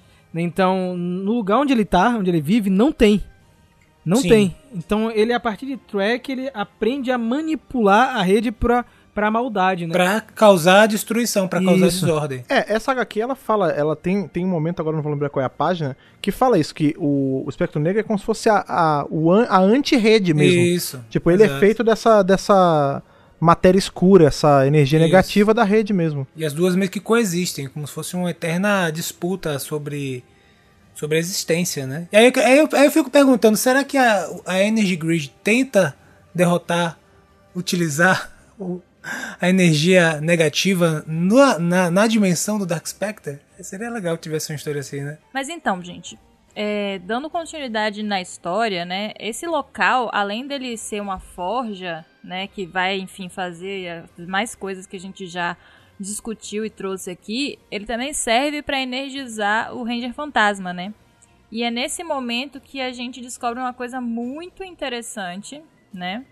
Então, no lugar onde ele tá, onde ele vive, não tem. Não Sim. tem. Então, ele, a partir de Trek, ele aprende a manipular a rede pra, pra maldade, né? Pra causar destruição, pra causar Isso. desordem. É, essa H Q, ela fala, ela tem, tem um momento, agora não vou lembrar qual é a página, que fala isso, que o, o Espectro Negro é como se fosse a, a, o an- a anti-rede mesmo. Isso. Tipo, ele exato. é feito dessa, dessa matéria escura, essa energia Isso. negativa da rede mesmo. E as duas meio que coexistem, como se fosse uma eterna disputa sobre, sobre a existência, né? E aí, eu- aí, eu, aí eu fico perguntando, será que a, a Energy Grid tenta derrotar, utilizar o, a energia negativa no, na, na dimensão do Dark Spectre? Seria legal que tivesse uma história assim, né? Mas então, gente, é, dando continuidade na história, né? Esse local, além dele ser uma forja, né? Que vai, enfim, fazer mais coisas que a gente já discutiu e trouxe aqui, ele também serve para energizar o Ranger Fantasma, né? E é nesse momento que a gente descobre uma coisa muito interessante, né?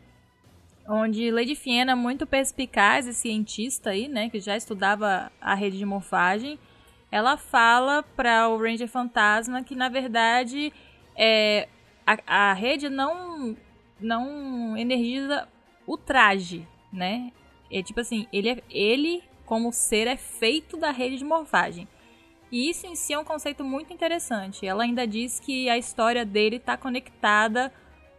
Onde Lady Fiena, muito perspicaz e cientista aí, né? Que já estudava a rede de morfagem, ela fala para o Ranger Fantasma que, na verdade, é, a, a rede não, não energiza o traje, né? É tipo assim, ele, é, ele, como ser, é feito da rede de morfagem. E isso em si é um conceito muito interessante. Ela ainda diz que a história dele está conectada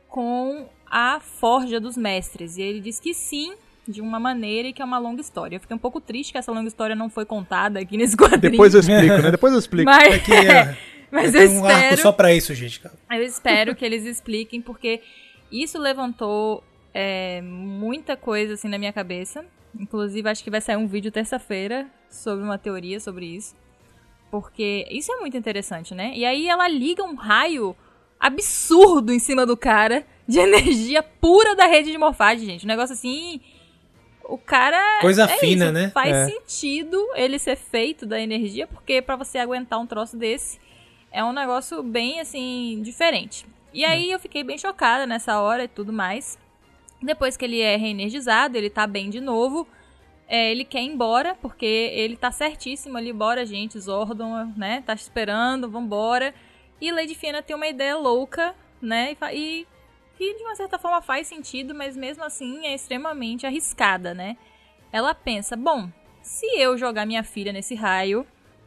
com a Forja dos Mestres. E ele diz que sim, de uma maneira, e que é uma longa história. Eu fiquei um pouco triste que essa longa história não foi contada aqui nesse quadrinho. Depois eu explico, né? Depois eu explico. Mas, Aqui, é, mas tem eu um arco espero... só pra isso, gente. Cara. Eu espero que eles expliquem, porque isso levantou é, muita coisa assim na minha cabeça. Inclusive, acho que vai sair um vídeo terça-feira sobre uma teoria sobre isso. Porque isso é muito interessante, né? E aí ela liga um raio absurdo em cima do cara de energia pura da rede de morfagem, gente. Um negócio assim... O cara... Coisa é fina, isso, né? Faz É. sentido ele ser feito da energia, porque pra você aguentar um troço desse, é um negócio bem, assim, diferente. E aí eu fiquei bem chocada nessa hora e tudo mais. Depois que ele é reenergizado, ele tá bem de novo. É, ele quer ir embora, porque ele tá certíssimo ali. Bora, gente, Zordon, né? Tá esperando, vambora. E Lady Fiena tem uma ideia louca, né? E, fa- e que de uma certa forma faz sentido, mas mesmo assim é extremamente arriscada, né? Ela pensa, bom, se eu jogar minha filha nesse raio,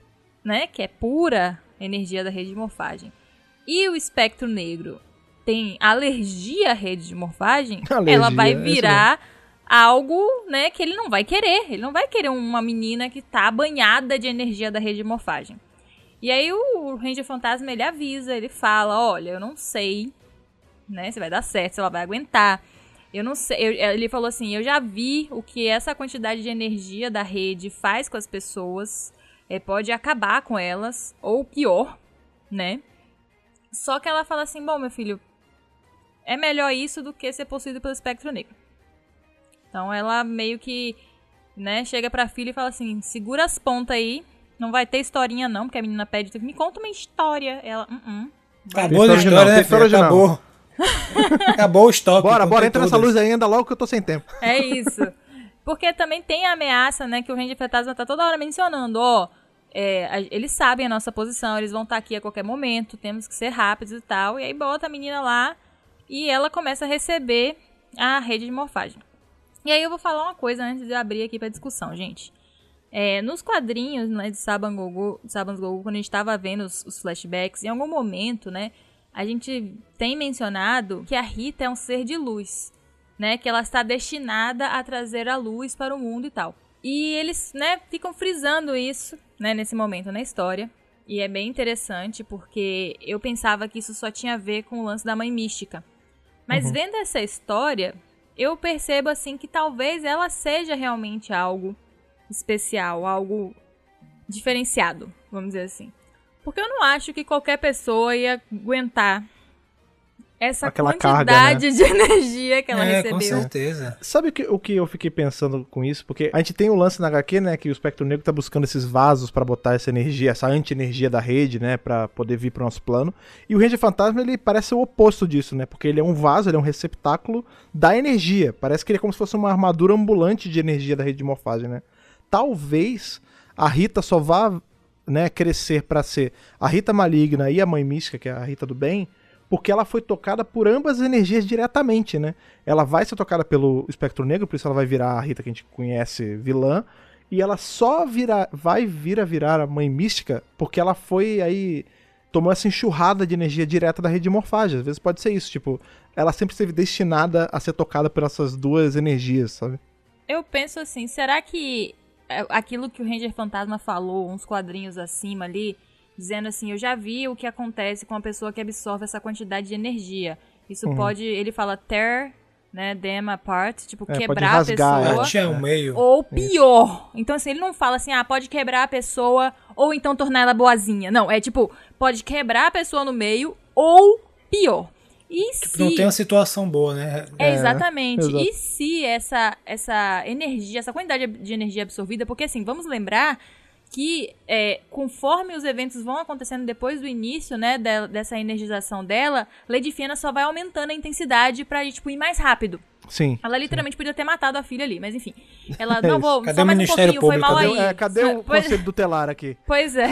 né? Que é pura energia da rede de morfagem, e o Espectro Negro tem alergia à rede de morfagem, Alergia, ela vai é isso virar algo, né, que ele não vai querer. Ele não vai querer uma menina que tá banhada de energia da rede de morfagem. E aí o Ranger Fantasma, ele avisa, ele fala, olha, eu não sei, né, se vai dar certo, se ela vai aguentar. Eu não sei, eu, ele falou assim, eu já vi o que essa quantidade de energia da rede faz com as pessoas, é, pode acabar com elas, ou pior, né? Só que ela fala assim, bom, meu filho, é melhor isso do que ser possuído pelo Espectro Negro. Então ela meio que né, chega pra filha e fala assim, segura as pontas aí, não vai ter historinha não, porque a menina pede, me conta uma história. Ela, uh -uh. Acabou a história, né, filha? Acabou. Acabou o estoque. Bora, bora, entra nessa luz aí, anda logo que eu tô sem tempo. É isso. Porque também tem a ameaça, né, que o Ranger Fantasma tá toda hora mencionando, ó, é, a, eles sabem a nossa posição, eles vão estar tá aqui a qualquer momento, temos que ser rápidos e tal, e aí bota a menina lá e ela começa a receber a rede de morfagem. E aí eu vou falar uma coisa antes de eu abrir aqui pra discussão, gente. É, nos quadrinhos, né, de Saban Gogô, Saban's Gogô, quando a gente tava vendo os, os flashbacks, em algum momento, né, a gente tem mencionado que a Rita é um ser de luz, né, que ela está destinada a trazer a luz para o mundo e tal. E eles, né, ficam frisando isso, né, nesse momento na história. E é bem interessante porque eu pensava que isso só tinha a ver com o lance da mãe mística. Mas uhum. vendo essa história, eu percebo assim que talvez ela seja realmente algo especial, algo diferenciado, vamos dizer assim. Porque eu não acho que qualquer pessoa ia aguentar essa aquela quantidade carga, né? de energia que ela é, recebeu. Com certeza. Sabe o que, o que eu fiquei pensando com isso? Porque a gente tem o lance na agá quê, né, que o Espectro Negro tá buscando esses vasos pra botar essa energia, essa anti-energia da rede, né, pra poder vir pro nosso plano. E o Ranger Fantasma, ele parece o oposto disso, né, porque ele é um vaso, ele é um receptáculo da energia. Parece que ele é como se fosse uma armadura ambulante de energia da rede de morfagem, né. Talvez a Rita só vá, né, crescer pra ser a Rita maligna e a mãe mística, que é a Rita do bem, porque ela foi tocada por ambas as energias diretamente, né? Ela vai ser tocada pelo Espectro Negro, por isso ela vai virar a Rita que a gente conhece vilã, e ela só vira, vai vir a virar a mãe mística porque ela foi aí, tomou essa enxurrada de energia direta da rede de morfagem. Às vezes pode ser isso, tipo, ela sempre esteve destinada a ser tocada por essas duas energias, sabe? Eu penso assim, será que aquilo que o Ranger Fantasma falou, uns quadrinhos acima ali, dizendo assim, eu já vi o que acontece com a pessoa que absorve essa quantidade de energia. Isso uhum. pode, ele fala tear, né, them apart, tipo, é, quebrar rasgar, a pessoa. É. Um meio. Ou pior. Isso. Então, assim, ele não fala assim, ah, pode quebrar a pessoa ou então tornar ela boazinha. Não, é tipo, pode quebrar a pessoa no meio ou pior. E tipo, se... não tem uma situação boa, né? É, exatamente. É, e se essa, essa energia, essa quantidade de energia absorvida, porque assim, vamos lembrar que é, conforme os eventos vão acontecendo depois do início, né, de, dessa energização dela, Lady Fiona só vai aumentando a intensidade pra, tipo, ir mais rápido. Sim. Ela literalmente sim. podia ter matado a filha ali, mas enfim. Ela, não vou, cadê só o mais um Ministério pouquinho, Público? foi mal cadê, aí. É, cadê o pois, conselho tutelar aqui? Pois é.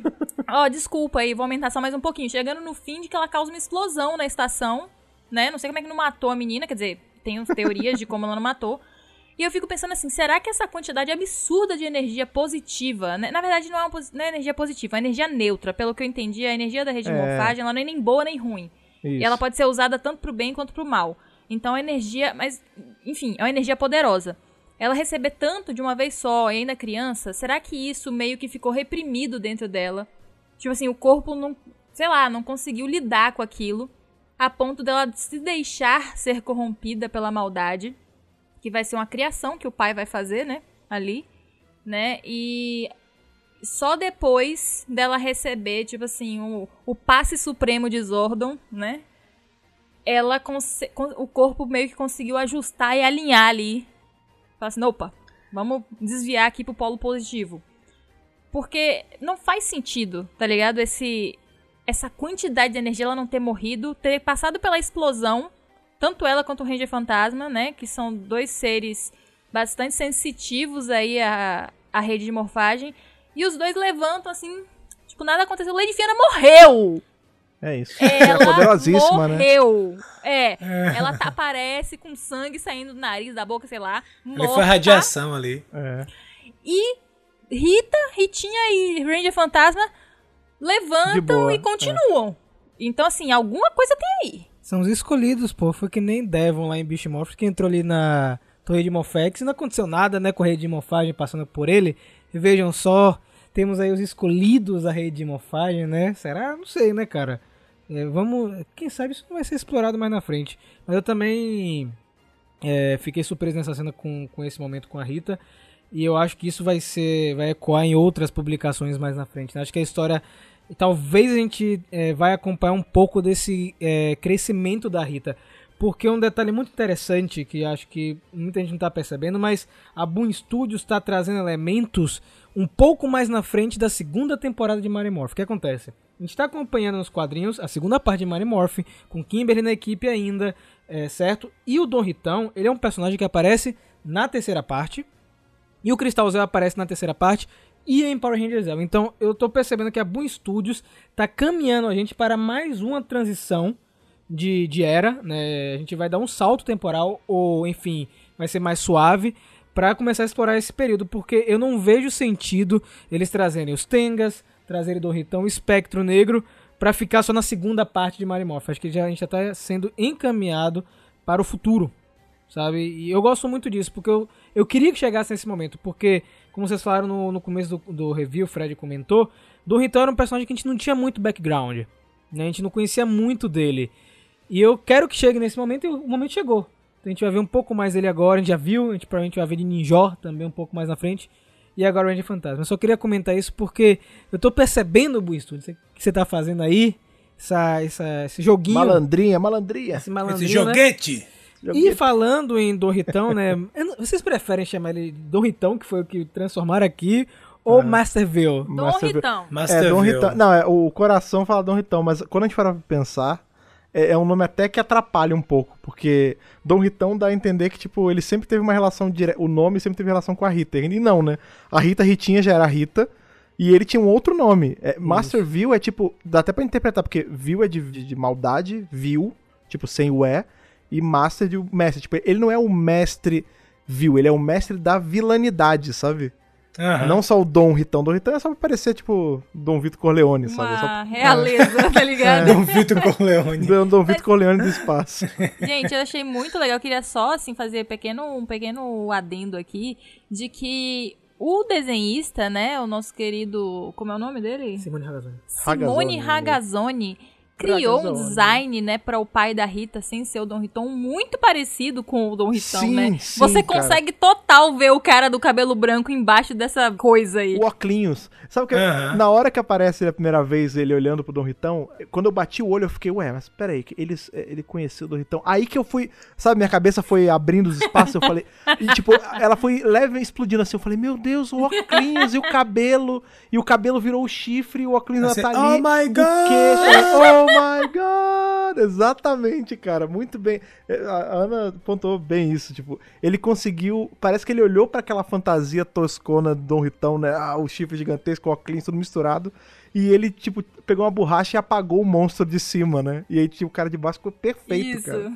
Ó, oh, desculpa aí, vou aumentar só mais um pouquinho. Chegando no fim de que ela causa uma explosão na estação, né, não sei como é que não matou a menina, quer dizer, tem umas teorias de como ela não matou. E eu fico pensando assim, será que essa quantidade absurda de energia positiva, né? Na verdade não é, uma, não é energia positiva, é energia neutra. Pelo que eu entendi, a energia da rede de é. morfagem, ela não é nem boa nem ruim. Isso. E ela pode ser usada tanto pro bem quanto pro mal. Então a energia, mas enfim, é uma energia poderosa. Ela receber tanto de uma vez só e ainda criança, será que isso meio que ficou reprimido dentro dela? Tipo assim, o corpo não, sei lá, não conseguiu lidar com aquilo, a ponto dela se deixar ser corrompida pela maldade, que vai ser uma criação que o pai vai fazer, né, ali, né, e só depois dela receber, tipo assim, o, o passe supremo de Zordon, né, ela, o corpo meio que conseguiu ajustar e alinhar ali, fala assim, opa, vamos desviar aqui pro polo positivo, porque não faz sentido, tá ligado, esse, essa quantidade de energia, ela não ter morrido, ter passado pela explosão, tanto ela quanto o Ranger Fantasma, né? Que são dois seres bastante sensitivos aí à, à rede de morfagem. E os dois levantam assim, tipo, nada aconteceu. Lady Fiona morreu! É isso. Ela é poderosíssima, morreu. né? É, ela tá, aparece com sangue saindo do nariz, da boca, sei lá. Ali foi radiação ali. É. E Rita, Ritinha e Ranger Fantasma levantam e continuam. É. Então, assim, alguma coisa tem aí. São os escolhidos, pô. Foi que nem Devon lá em Beast Morphers, que entrou ali na Torre de Morphex e não aconteceu nada, né, com a rede de morfagem passando por ele. E vejam só, temos aí os escolhidos da rede de morfagem, né? Será? Não sei, né, cara? É, vamos... Quem sabe isso não vai ser explorado mais na frente. Mas eu também é, fiquei surpreso nessa cena com, com esse momento com a Rita. E eu acho que isso vai ser... vai ecoar em outras publicações mais na frente, né? Acho que a história... Talvez a gente é, vai acompanhar um pouco desse é, crescimento da Rita. porque um detalhe muito interessante, que acho que muita gente não está percebendo, mas a Boom Studios está trazendo elementos um pouco mais na frente da segunda temporada de Mighty Morphin. O que acontece? A gente está acompanhando nos quadrinhos a segunda parte de Mighty Morphin, com Kimberly na equipe ainda, é, certo? E o Don Ritão, ele é um personagem que aparece na terceira parte, e o Cristal Zell aparece na terceira parte, e em Power Rangers Zell. Então eu tô percebendo que a Boom Studios tá caminhando a gente para mais uma transição de, de era, né? A gente vai dar um salto temporal, ou enfim, vai ser mais suave, para começar a explorar esse período, porque eu não vejo sentido eles trazerem os Tengas, trazerem Don Ritão, o Espectro Negro, para ficar só na segunda parte de Mighty Morphin. Acho que já, a gente já tá sendo encaminhado para o futuro, sabe? E eu gosto muito disso, porque eu, eu queria que chegasse nesse momento, porque, como vocês falaram no, no começo do, do review, o Fred comentou, Don Ritão era um personagem que a gente não tinha muito background, né? A gente não conhecia muito dele. E eu quero que chegue nesse momento, e o momento chegou. Então a gente vai ver um pouco mais dele agora, a gente já viu, a gente provavelmente vai ver de Ninjor também um pouco mais na frente, e agora o Ranger Fantasma. Eu só queria comentar isso porque eu tô percebendo, Bu Studio, que você tá fazendo aí, essa, essa, esse joguinho. Malandrinha, malandrinha. Esse, malandrinho, esse joguete. Né? E falando em Don Ritão, né? Vocês preferem chamar ele de Don Ritão, que foi o que transformaram aqui, ou ah. Masterville? Don Master Ritão. É, Don Ritão. Não, é, o coração fala Don Ritão, mas quando a gente para pra pensar, é, é um nome até que atrapalha um pouco, porque Don Ritão dá a entender que, tipo, ele sempre teve uma relação direta, o nome sempre teve relação com a Rita, e não, né? A Rita Ritinha já era a Rita, e ele tinha um outro nome. É, Masterville é, tipo, dá até pra interpretar, porque Vil é de, de, de maldade, Vil, tipo, sem o E, e Master de mestre. Tipo, ele não é o mestre Vil, ele é o mestre da vilanidade, sabe? Uhum. Não só o Dom Ritão. Dom Ritão é só pra parecer, tipo, Dom Vitor Corleone, Uma sabe? Uma só... realeza, tá ligado? É. Dom Vitor Corleone. Dom, Dom Vitor Corleone do espaço. Gente, eu achei muito legal. Eu queria só, assim, fazer pequeno, um pequeno adendo aqui, de que o desenhista, né, o nosso querido... Como é o nome dele? Simone Ragazzoni. Simone Ragazzoni. Criou um design, né, para o pai da Rita, sem ser o Don Ritão, muito parecido com o Don Ritão, sim, né? Sim, Você cara. consegue total ver o cara do cabelo branco embaixo dessa coisa aí. O Oclinhos. Sabe o que? Uhum. Na hora que aparece a primeira vez ele olhando pro Don Ritão, quando eu bati o olho eu fiquei, ué, mas peraí, ele, ele conheceu o Don Ritão. Aí que eu fui, sabe, minha cabeça foi abrindo os espaços, eu falei, e tipo, ela foi leve explodindo assim, eu falei, meu Deus, o Oclinhos e o cabelo, e o cabelo virou o chifre, e o Oclinhos Você, tá ali. oh my God! O queixo, oh my God! Exatamente, cara, muito bem. A Ana apontou bem isso, tipo, ele conseguiu, parece que ele olhou pra aquela fantasia toscona do Don Ritão, né, ah, o chifre gigantesco, o Oclinhos, tudo misturado, e ele, tipo, pegou uma borracha e apagou o monstro de cima, né, e aí, tipo, o cara de baixo ficou perfeito, isso. Cara.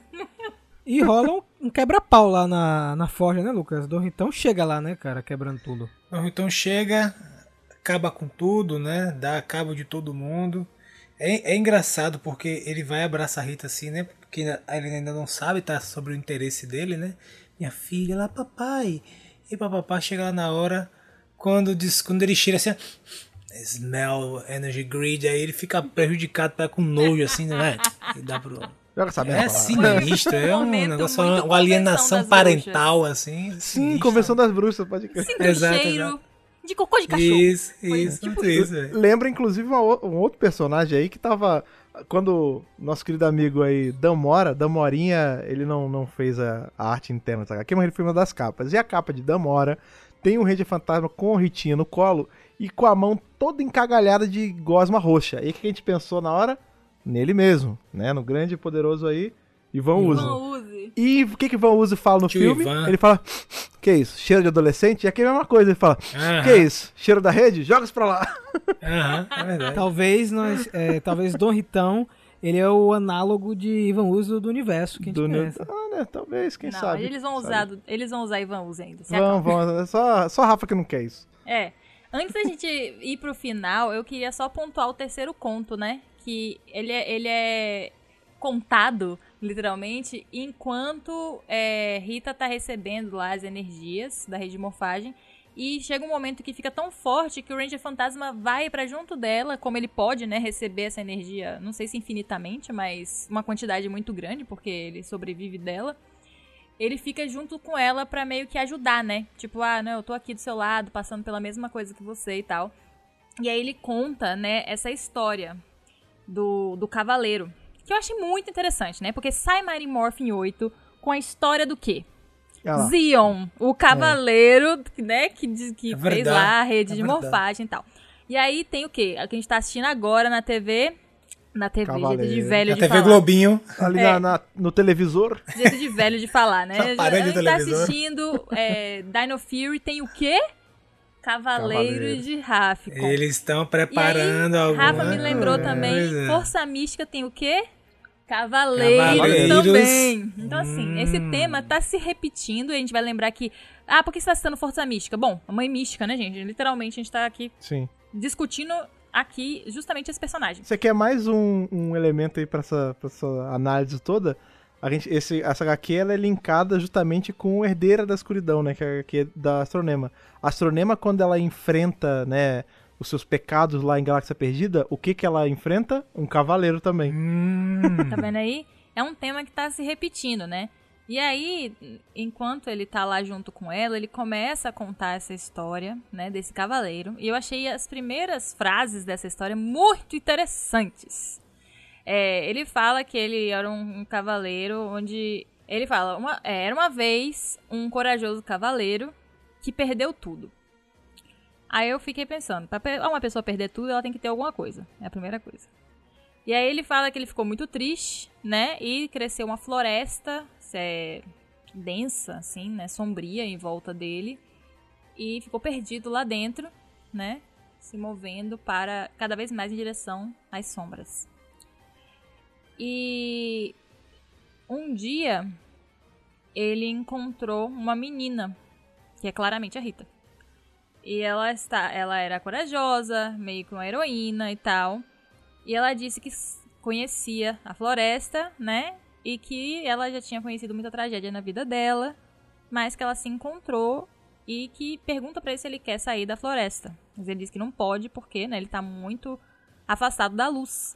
E rola um, um quebra-pau lá na, na forja, né, Lucas? Don Ritão chega lá, né, cara, quebrando tudo. Don Ritão chega, acaba com tudo, né, dá cabo de todo mundo. É, é engraçado porque ele vai abraçar a Rita assim, né? Porque ele ainda não sabe, tá sobre o interesse dele, né? Minha filha, lá papai. E papapá chega lá na hora, quando, diz, quando ele cheira assim, smell energy grid, aí ele fica prejudicado, tá com nojo assim, né? E dá pro... É sinistro, é um negócio, uma alienação parental, assim. Sim, sinistro. Convenção das Bruxas, pode crer. Sinto exato, cheiro exato. De cocô de cachorro. Isso, Foi isso, tipo isso. Lembra, inclusive, uma, um outro personagem aí que tava... Quando nosso querido amigo aí, Damora, Damorinha, ele não, não fez a, a arte interna, sabe? Aqui, mas ele foi uma das capas. E a capa de Damora tem um Ranger Fantasma com a Ritinha no colo e com a mão toda encagalhada de gosma roxa. E o que a gente pensou na hora? Nele mesmo, né? No grande e poderoso aí, Ivan Uzi. E o que que Ivan Uzi fala no Tio filme? Ivan. Ele fala, que isso? Cheiro de adolescente? E aqui é a mesma coisa, ele fala, Aham. que isso? Cheiro da rede? Joga isso pra lá. Aham, é verdade. Talvez nós, é, talvez Don Ritão, ele é o análogo de Ivan Uzi do universo que a gente Do conhece. Ah, né? Talvez, quem não, sabe. Eles vão, sabe. usar, do- eles vão usar Ivan Uzi ainda. se Vão, acalma. vão. Só, só a Rafa que não quer isso. É. Antes da gente ir pro final, eu queria só pontuar o terceiro conto, né? Que ele é, ele é contado, literalmente, enquanto é, Rita tá recebendo lá as energias da rede de morfagem. E chega um momento que fica tão forte que o Ranger Fantasma vai pra junto dela, como ele pode, né, receber essa energia, não sei se infinitamente, mas uma quantidade muito grande, porque ele sobrevive dela. Ele fica junto com ela pra meio que ajudar, né? Tipo, ah, não, eu tô aqui do seu lado, passando pela mesma coisa que você e tal. E aí ele conta, né, essa história do, do cavaleiro. que eu achei muito interessante, né? Porque sai Mighty Morphin oito com a história do quê? Ah, Zion, o cavaleiro, é. né, que, que é fez lá a rede é de verdade. morfagem e tal. E aí tem o quê? O que a gente tá assistindo agora na T V... Na T V, Cavaleiro. jeito de velho Na de T V falar. Globinho. ali É. na, na- no televisor. Jeito de velho de falar, né? Essa parede A gente de tá televisor. assistindo é, Dino Fury, tem o quê? Cavaleiro, Cavaleiro. de Rafficon. Eles estão E aí, preparando alguma Rafa me lembrou também, coisa. Força Mística tem o quê? Cavaleiros, Cavaleiros. também. Então, assim, Hum. esse tema tá se repetindo e a gente vai lembrar que... Ah, por que você tá citando Força Mística? Bom, a mãe mística, né, gente? Literalmente, a gente tá aqui Sim. discutindo aqui justamente esse personagem. Você quer mais um, um elemento aí pra essa, pra essa análise toda? A gente, esse, essa agá quê ela é linkada justamente com Herdeira da Escuridão, né? Que é a agá quê da Astronema. A Astronema, quando ela enfrenta, né, os seus pecados lá em Galáxia Perdida, o que que ela enfrenta? Um cavaleiro também. Hum. Tá vendo aí? É um tema que tá se repetindo, né? E aí, enquanto ele tá lá junto com ela, ele começa a contar essa história, né, desse cavaleiro. E eu achei as primeiras frases dessa história muito interessantes. É, ele fala que ele era um, um cavaleiro onde... Ele fala, uma, é, era uma vez um corajoso cavaleiro que perdeu tudo. Aí eu fiquei pensando, pra uma pessoa perder tudo, ela tem que ter alguma coisa. É a primeira coisa. E aí ele fala que ele ficou muito triste, né? E cresceu uma floresta é, densa, assim, né? Sombria em volta dele. E ficou perdido lá dentro, né? Se movendo para cada vez mais em direção às sombras. E um dia ele encontrou uma menina, que é claramente a Rita. E ela, está, ela era corajosa, meio que uma heroína e tal. E ela disse que conhecia a floresta, né? E que ela já tinha conhecido muita tragédia na vida dela, mas que ela se encontrou e que pergunta pra ele se ele quer sair da floresta. Mas ele diz que não pode porque, né, ele tá muito afastado da luz.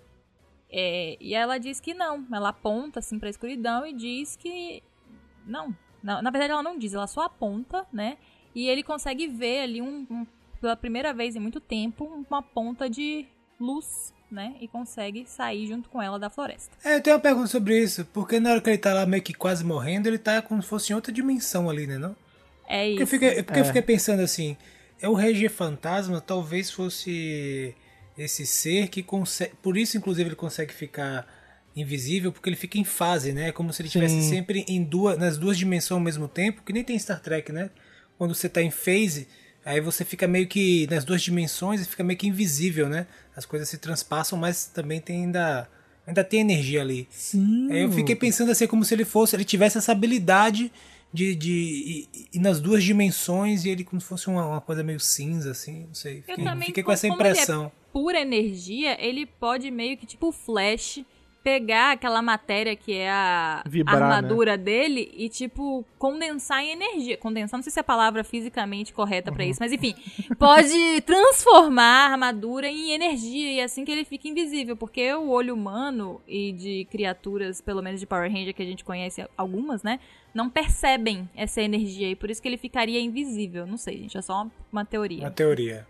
É, e ela diz que não. Ela aponta assim pra escuridão e diz que não. Na, na verdade ela não diz, ela só aponta, né? E ele consegue ver ali, um, um, pela primeira vez em muito tempo, uma ponta de luz, né? E consegue sair junto com ela da floresta. É, eu tenho uma pergunta sobre isso. Porque na hora que ele tá lá meio que quase morrendo, ele tá como se fosse em outra dimensão ali, né? Não? É Porque, eu isso. fiquei, porque É. eu fiquei pensando assim, é o Rei G Fantasma talvez fosse esse ser que consegue... Por isso, inclusive, ele consegue ficar invisível, porque ele fica em fase, né? Como se ele estivesse Sim. sempre em duas, nas duas dimensões ao mesmo tempo, que nem tem Star Trek, né? Quando você tá em phase, aí você fica meio que nas duas dimensões e fica meio que invisível, né? As coisas se transpassam, mas também tem ainda, ainda tem energia ali. Sim. Aí eu fiquei pensando assim, como se ele fosse, ele tivesse essa habilidade de, de ir, ir nas duas dimensões e ele como se fosse uma, uma coisa meio cinza, assim, não sei. Eu Fiquei, também, fiquei com como- essa como ele é impressão. Pura energia, ele pode meio que, tipo, Flash, pegar aquela matéria que é a Vibrar, armadura dele e, tipo, condensar em energia. Condensar, não sei se é a palavra fisicamente correta pra isso, mas enfim, pode transformar a armadura em energia e assim que ele fica invisível, porque o olho humano e de criaturas, pelo menos de Power Ranger que a gente conhece algumas, né, não percebem essa energia e por isso que ele ficaria invisível. Não sei, gente, é só uma, uma teoria. Uma teoria.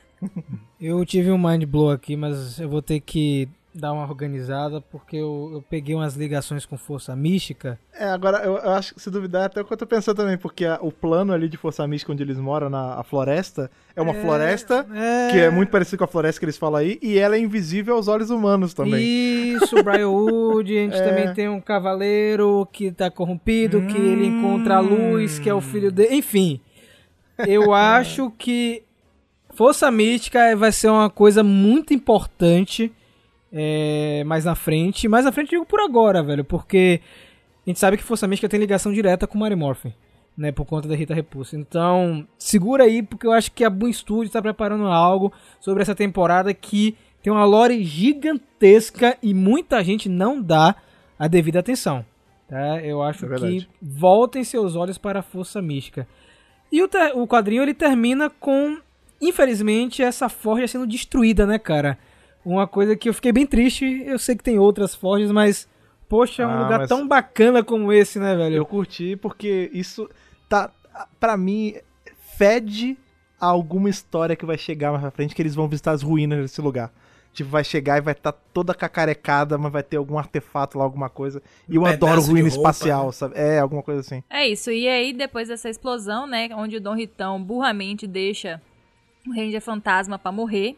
Eu tive um mind blow aqui, mas eu vou ter que dar uma organizada porque eu, eu peguei umas ligações com Força Mística. É, agora, eu, eu acho que se duvidar é até o que eu tô pensando também, porque a- o plano ali de Força Mística onde eles moram, na a floresta, é uma floresta É... que é muito parecida com a floresta que eles falam aí, e ela é invisível aos olhos humanos também. Isso, Briarwood, a gente É. também tem um cavaleiro que tá corrompido, que ele encontra a luz, que é o filho dele, enfim. Eu acho que Força Mística vai ser uma coisa muito importante é, mais na frente. Mais na frente eu digo por agora, velho, porque a gente sabe que Força Mística tem ligação direta com Mighty Morphin, né, por conta da Rita Repulsa. Então, segura aí, porque eu acho que a Boom Studios tá preparando algo sobre essa temporada que tem uma lore gigantesca e muita gente não dá a devida atenção, tá? Eu acho É que verdade. voltem seus olhos para a Força Mística. E o, ter- o quadrinho ele termina com, infelizmente, essa forja sendo destruída, né, cara? Uma coisa que eu fiquei bem triste. Eu sei que tem outras forjas, mas, poxa, é um Ah, lugar mas- tão bacana como esse, né, velho? Eu curti porque isso tá, pra mim, fede a alguma história que vai chegar mais pra frente, que eles vão visitar as ruínas desse lugar. tipo, vai chegar e vai estar tá toda cacarecada, mas vai ter algum artefato lá, alguma coisa. E eu Um adoro pedaço de ruína roupa, espacial, né? sabe? É, alguma coisa assim. É isso, e aí depois dessa explosão, né, onde o Dom Ritão burramente deixa o Ranger Fantasma pra morrer,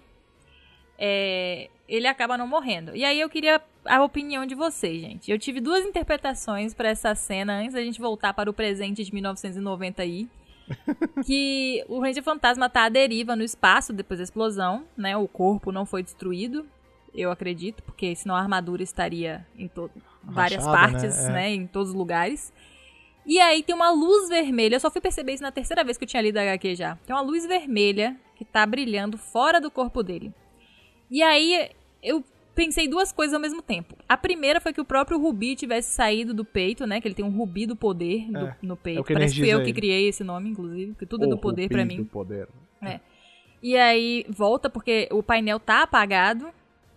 é, ele acaba não morrendo. E aí eu queria a opinião de vocês, gente. Eu tive duas interpretações pra essa cena, antes da gente voltar para o presente de mil novecentos e noventa aí, que o Ranger Fantasma tá à deriva no espaço depois da explosão, né, o corpo não foi destruído, eu acredito, porque senão a armadura estaria em to- várias Rachada, partes, né? É. né, em todos os lugares. E aí tem uma luz vermelha, eu só fui perceber isso na terceira vez que eu tinha lido a agá quê já. Tem uma luz vermelha que tá brilhando fora do corpo dele. E aí eu pensei duas coisas ao mesmo tempo. A primeira foi que o próprio Rubi tivesse saído do peito, né, que ele tem um Rubi do poder do- É, no é peito. o que Parece que fui eu energiza que ele. criei esse nome, inclusive, porque tudo é do O poder Rubi pra mim. do poder. É. E aí volta porque o painel tá apagado.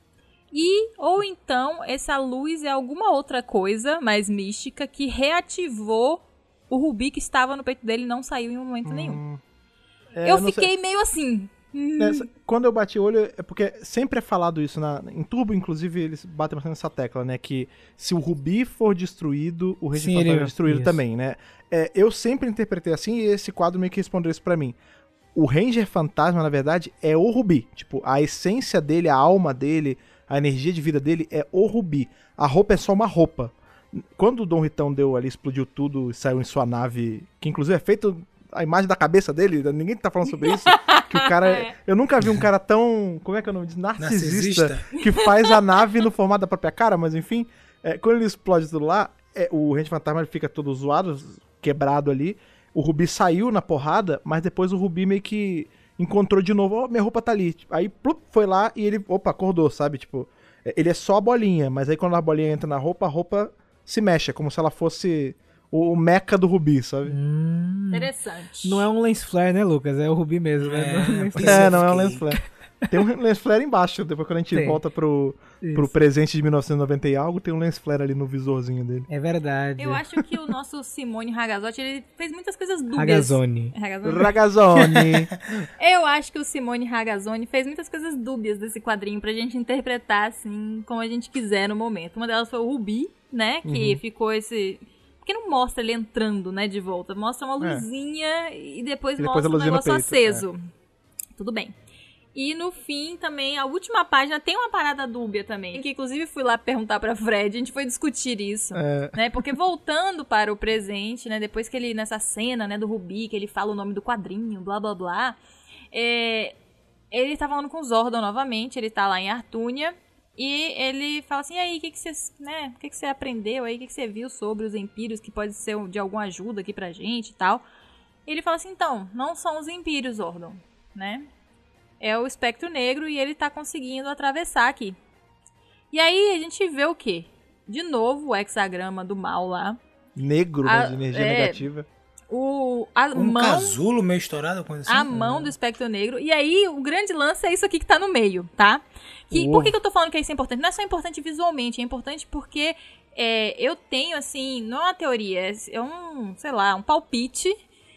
E, ou então, essa luz é alguma outra coisa mais mística que reativou o Rubi que estava no peito dele e não saiu em momento nenhum. É, eu não sei. fiquei meio assim. hum, Nessa- quando eu bati o olho, é porque sempre é falado isso na, em Turbo, inclusive, eles batem bastante nessa tecla, né? Que se o Rubi for destruído, o Ranger Sim, Fantasma ele- é destruído isso. também, né? É, eu sempre interpretei assim e esse quadro meio que respondeu isso pra mim. O Ranger Fantasma, na verdade, é o Rubi. Tipo, a essência dele, a alma dele, a energia de vida dele é o Rubi. A roupa é só uma roupa. Quando o Dom Ritão deu ali, explodiu tudo e saiu em sua nave, que inclusive é feito a imagem da cabeça dele, ninguém tá falando sobre isso, que o cara... Eu nunca vi um cara tão... Como é que é o nome disso? Narcisista. Narcisista. Que faz a nave no formato da própria cara, mas enfim, é, quando ele explode tudo lá, é, o Ranger Fantasma ele fica todo zoado, quebrado ali. O Rubi saiu na porrada, mas depois o Rubi meio que encontrou de novo, ó, minha roupa tá ali. Aí, plup, foi lá e ele, opa, acordou, sabe? Tipo, é, ele é só a bolinha, mas aí quando a bolinha entra na roupa, a roupa se mexe, é como se ela fosse o, o meca do Rubi, sabe? Interessante. Não é um lens flare, né, Lucas? É o Rubi mesmo, né? É, Não é um lens pois flare. É, eu não é um fiquei- lens flare. Tem um lens flare embaixo, depois quando a gente Tem. volta pro, pro Isso. presente de mil novecentos e noventa e algo, tem um lens flare ali no visorzinho dele. É verdade. Eu acho que o nosso Simone Ragazzotti, ele fez muitas coisas dúbias. Ragazzoni. Ragazzoni. Ragazzoni. Eu acho que o Simone Ragazzoni fez muitas coisas dúbias desse quadrinho pra gente interpretar, assim, como a gente quiser no momento. Uma delas foi o Rubi, né, que Uhum. ficou esse... Porque não mostra ele entrando, né, de volta. Mostra uma É. luzinha e depois E depois mostra a um luzinha no negócio peito, aceso. Tudo bem. E no fim também, a última página tem uma parada dúbia também. Que inclusive fui lá perguntar pra Fred, a gente foi discutir isso. É. Né? Porque voltando para o presente, né? Depois que ele, nessa cena, né, do Rubi, que ele fala o nome do quadrinho, blá blá blá. É, ele tá falando com o Zordon novamente, ele tá lá em Artúnia. E ele fala assim, e aí, o que que você, né, o que que você aprendeu aí, o que que você viu sobre os Empírios, que pode ser de alguma ajuda aqui pra gente e tal. E ele fala assim, então, não são os Empírios, Zordon, né? É o Espectro Negro e ele tá conseguindo atravessar aqui. E aí a gente vê o quê? De novo o hexagrama do mal lá. Negro, né, A- de energia é, negativa. O, a Um mão... casulo meio estourado, coisa assim. A mão do espectro negro. E aí, o grande lance é isso aqui que tá no meio, tá? Que, O por que, ovo. que eu tô falando que isso é importante? Não é só importante visualmente, é importante porque é, eu tenho, assim, não é uma teoria, é- é um, sei lá, um palpite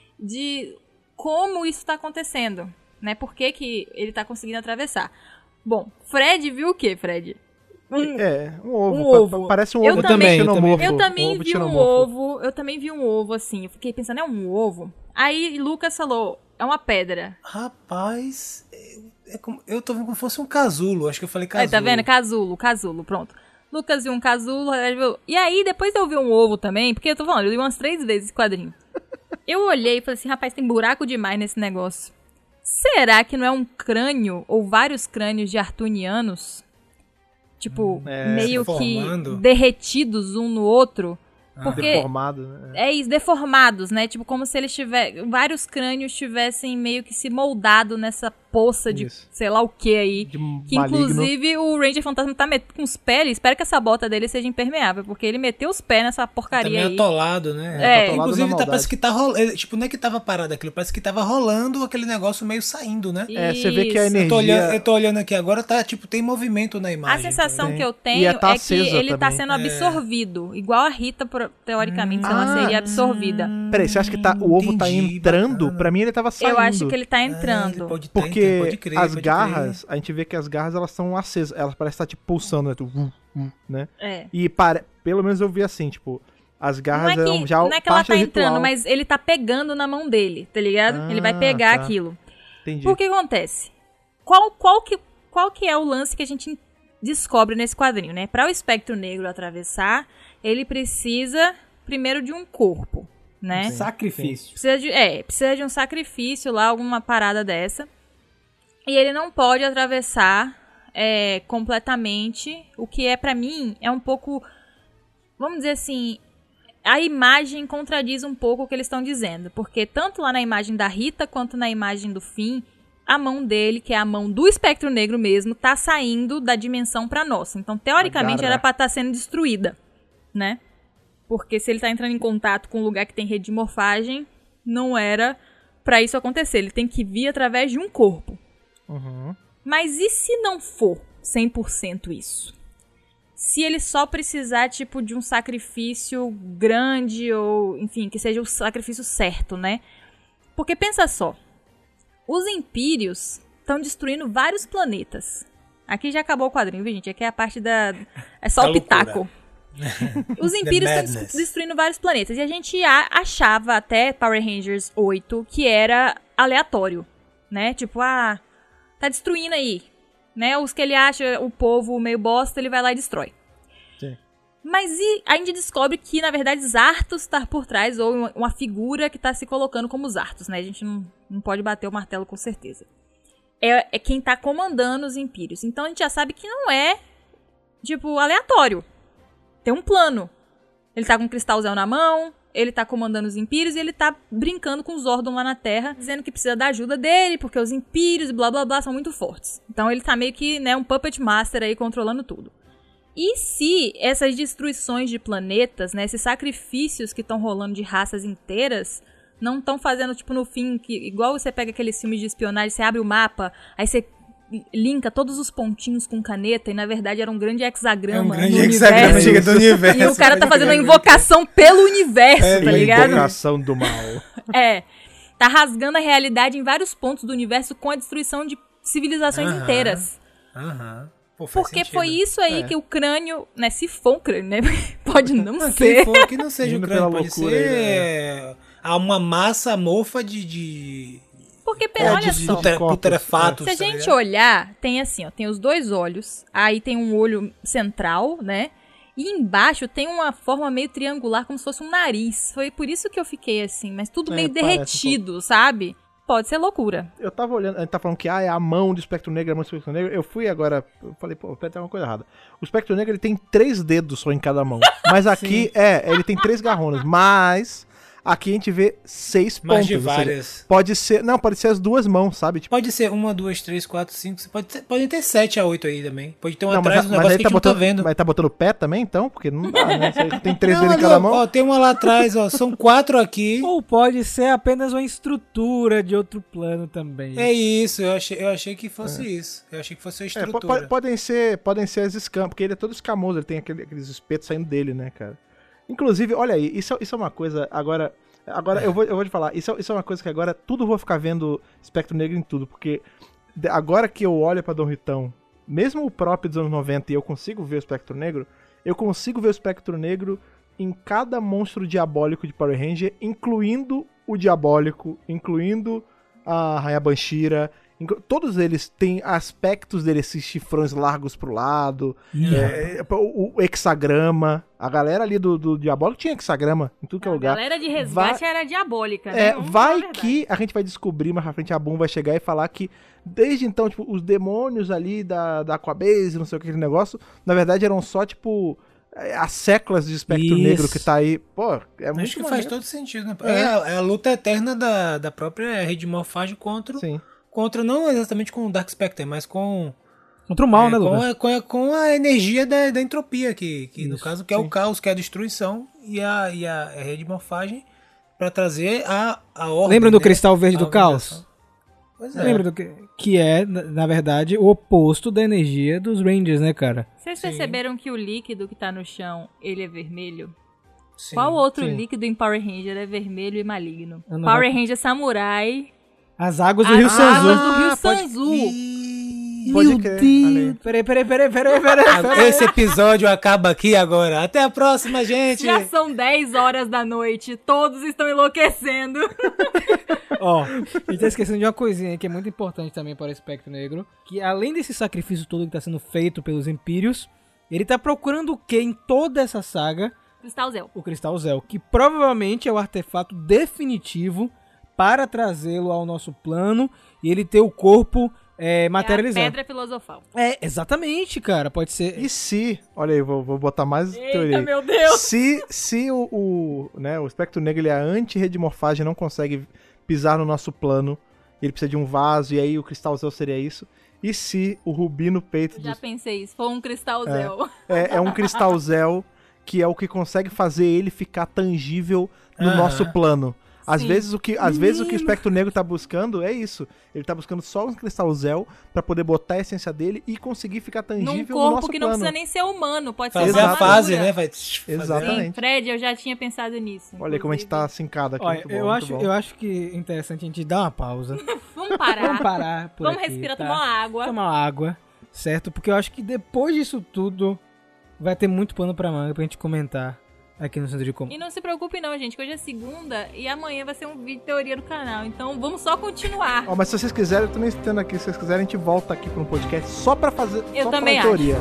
de como isso tá acontecendo, né? Por que, que ele tá conseguindo atravessar. Bom, Fred viu o quê, Fred? Um, É, um ovo. Um pa- ovo. pa- Parece um Eu ovo também- xenomorfo. Eu também ovo vi um xenomorfo. ovo, eu também vi um ovo, assim. Eu fiquei pensando, é um ovo? Aí Lucas falou, é uma pedra. Rapaz, é, é como, eu tô vendo como se fosse um casulo. Acho que eu falei Aí, casulo. tá vendo? Casulo, casulo, pronto. Lucas viu um casulo, Fred viu- e aí depois eu vi um ovo também, porque eu tô falando, eu li umas três vezes esse quadrinho. Eu olhei e falei assim, rapaz, tem buraco demais nesse negócio. Será que não é um crânio, ou vários crânios de artunianos? Tipo, É, meio se que formando. derretidos um no outro? Porque Deformado, né? é isso, deformados, né? Tipo, como se eles tivessem. Vários crânios tivessem meio que se moldado nessa poça de Isso. sei lá o que aí. De Que maligno. inclusive o Ranger Fantasma tá met... com os pés. Espero que essa bota dele seja impermeável, porque ele meteu os pés nessa Tá porcaria meio aí. atolado, né? É. Atolado Inclusive, na tá, maldade. parece que tá rolando. Tipo, não é que tava parado aquilo, parece que tava rolando aquele negócio meio saindo, né? É, você vê que a Isso. energia- Eu tô, olhando, eu tô olhando aqui agora, tá, tipo, tem movimento na A imagem. sensação Tem. que eu E tenho é tá é que acesa ele tá também. sendo absorvido. Igual a Rita, pro- teoricamente, se ela Ah. seria absorvida. Peraí, você acha que tá, o ovo tá Entendi, entrando? bacana. Pra mim ele tava saindo. Eu acho que ele tá Ah, entrando. ele pode tá Porque Porque pode crer, as pode garras, a gente vê que as garras elas são acesas, elas parecem estar tipo pulsando, né? Tipo, uh, uh, né? É. E pare... pelo menos eu vi assim, tipo, as garras Não é que, eram já não é que ela parte tá do ritual. entrando, mas ele tá pegando na mão dele, tá ligado? Ah, ele vai pegar tá. aquilo. Entendi. Por que acontece? Qual, qual, que, qual que é o lance que a gente descobre nesse quadrinho, né? Para o espectro negro atravessar, ele precisa primeiro de um corpo, né? Sim. Sacrifício. Precisa de, é, precisa de um sacrifício lá, alguma parada dessa. E ele não pode atravessar é, completamente, o que é pra mim é um pouco, vamos dizer assim, a imagem contradiz um pouco o que eles estão dizendo, porque tanto lá na imagem da Rita quanto na imagem do Finn, a mão dele, que é a mão do espectro negro mesmo, tá saindo da dimensão pra nossa. Então, teoricamente, Agarra. era pra estar sendo destruída, né? Porque se ele tá entrando em contato com um lugar que tem rede de morfagem, não era pra isso acontecer. Ele tem que vir através de um corpo. Uhum. Mas e se não for cem por cento isso? Se ele só precisar, tipo, de um sacrifício grande ou, enfim, que seja o sacrifício certo, né? Porque pensa só, os Impérios estão destruindo vários planetas. Aqui já acabou o quadrinho, viu, gente? Aqui é a parte da... é só Da o pitaco. Os Impérios The estão madness. destruindo vários planetas. E a gente a- achava até Power Rangers oito que era aleatório, né? Tipo, ah, tá destruindo aí. Né? Os que ele acha o povo meio bosta, ele vai lá e destrói. Sim. Mas e a gente descobre que, na verdade, Zartos tá por trás, ou uma, uma figura que tá se colocando como Zartos, né? A gente não, não pode bater o martelo com certeza. É, é quem tá comandando os Impérios. Então a gente já sabe que não é, tipo, aleatório. Tem um plano. Ele tá com um cristalzão na mão, ele tá comandando os Impérios e ele tá brincando com os Zordon lá na Terra, dizendo que precisa da ajuda dele, porque os Impérios e blá blá blá são muito fortes. Então ele tá meio que, né, um Puppet Master aí controlando tudo. E se essas destruições de planetas, né, esses sacrifícios que estão rolando de raças inteiras, não estão fazendo, tipo, no fim, que igual você pega aqueles filmes de espionagem, você abre o mapa, aí você linka todos os pontinhos com caneta e na verdade era um grande hexagrama. É um grande no hexagrama universo. gigante do universo. E o cara tá Pode fazendo uma crer, invocação pelo universo, É, tá A ligado? invocação do mal. É. Tá rasgando a realidade em vários pontos do universo com a destruição de civilizações Aham. inteiras. Aham. Pô, faz Porque sentido. foi isso aí É. que o crânio, né, se for um crânio, né? Pode não Não, ser. que, for, que não seja um Indo crânio, pela pode loucura ser aí, né? há uma massa mofa de... de... Porque, pe- É, olha de- só. de- putre- putrefatos, Se a tá gente ligado? olhar, tem assim, ó, tem os dois olhos, aí tem um olho central, né? E embaixo tem uma forma meio triangular, como se fosse um nariz. Foi por isso que eu fiquei assim, mas tudo É, meio parece um derretido, sabe? Pode ser loucura. Eu tava olhando, a gente tá falando que ah, é a mão do espectro negro, a mão do espectro negro. Eu fui agora, eu falei, pô, pera, tem uma coisa errada. O espectro negro ele tem três dedos só em cada mão. Mas aqui, é, ele tem três garronas. Mas aqui a gente vê seis Mais pontos. de ou seja, várias. pode ser, não, pode ser as duas mãos, sabe? Tipo, Pode ser uma, duas, três, quatro, cinco. Pode ter, podem ter sete a oito aí também. Pode ter um não, atrás mas, do mas negócio aí que tá a gente não tá botando, vendo. mas tá botando o pé também, então? Porque não dá, né? Você tem três Não, dedos em não, cada mão. ó, tem uma lá atrás, ó. São quatro aqui. Ou pode ser apenas uma estrutura de outro plano também. É isso, eu achei, eu achei que fosse isso. Eu achei que fosse a É, po- estrutura. po- podem ser, podem ser as escamas, porque ele é todo escamoso, ele tem aquele- aqueles espetos saindo dele, né, cara? Inclusive, olha aí, isso, isso é uma coisa, agora, agora eu, vou, eu vou te falar, isso, é- isso é uma coisa que agora tudo eu vou ficar vendo espectro negro em tudo, porque de- agora que eu olho pra Dom Ritão, mesmo o próprio dos anos noventa e eu consigo ver o espectro negro, eu consigo ver o espectro negro em cada monstro diabólico de Power Ranger, incluindo o diabólico, incluindo a Raya Banshira. Inclu- Todos eles têm aspectos dele, esses chifrões largos pro lado, é, o, o hexagrama. A galera ali do, do Diabólico tinha hexagrama em tudo que é A lugar. galera de resgate era diabólica, né? É, Vamos falar a vai verdade. que a gente vai descobrir mais pra frente, a Boom vai chegar e falar que desde então, tipo, os demônios ali da, da Aquabase, não sei o que, aquele negócio, na verdade eram só, tipo, as séculas de espectro Isso. negro que tá aí. Pô, é muito Acho que faz maneiro. todo sentido, né? É. É, a, é a luta eterna da, da própria rede de morfagem contra, Sim. contra, não exatamente com o Dark Spectre, mas com, Contra o mal, é, né, com, Lucas? a, com, a, com a energia da, da entropia, que, que no Isso, caso que é sim. o caos, que é a destruição, e a, e a rede de morfagem para trazer a, a ordem. Lembra do né? cristal verde A do organização. caos? Pois é. Lembra do que... Que é, na na verdade, o oposto da energia dos Rangers, né, cara? Vocês Sim. perceberam que o líquido que tá no chão, ele é vermelho? Sim. Qual outro sim. líquido em Power Ranger é vermelho e maligno? Eu não Power vou- Ranger Samurai As águas do As Rio Sanzu. águas do Rio Ah, pode- Sanzu. Pode Meu crer, Deus. olha aí. Peraí, peraí, peraí, peraí, peraí, peraí. Esse episódio acaba aqui agora. Até a próxima, gente! Já são dez horas da noite, todos estão enlouquecendo. Ó, a gente tá esquecendo de uma coisinha que é muito importante também para o Espectro Negro, que além desse sacrifício todo que tá sendo feito pelos Empíreos, ele tá procurando o que em toda essa saga? Cristal Zel. O Cristal Zel, que provavelmente é o artefato definitivo para trazê-lo ao nosso plano e ele ter o corpo é, materializado. É a pedra filosofal. É, exatamente, cara, pode ser... E se, olha aí, vou, vou botar mais teoria. Eita, aí. meu Deus. Se, se o, o, né, o Espectro Negro ele é anti-redimorfagem, não consegue pisar no nosso plano, ele precisa de um vaso, e aí o Cristal Zel seria isso. E se o rubi no peito Eu já do, pensei isso, foi um Cristal Zel. é, é um Cristal Zel que é o que consegue fazer ele ficar tangível no Aham. nosso plano. Às Sim. vezes, o que, às vezes o que o Espectro Negro tá buscando é isso. Ele tá buscando só um Cristal Zel pra poder botar a essência dele e conseguir ficar tangível Num no corpo nosso que não plano. precisa nem ser humano, pode ser Fazer uma a fase, armadura. né? Vai Exatamente. Sim, Fred, eu já tinha pensado nisso. Olha aí como a gente tá sincado aqui. Olha, muito bom, eu, muito acho, bom. eu acho que é interessante a gente dar uma pausa. Vamos parar. Vamos parar por Vamos aqui, respirar, tá? tomar uma água. Tomar uma água, certo? Porque eu acho que depois disso tudo vai ter muito pano pra manga pra gente comentar aqui no Centro de Comando. E não se preocupe não, gente, que hoje é segunda e amanhã vai ser um vídeo de teoria do canal. Então vamos só continuar. Ó, mas se vocês quiserem, eu também estando aqui, se vocês quiserem, a gente volta aqui para um podcast só pra fazer Eu só também pra teoria.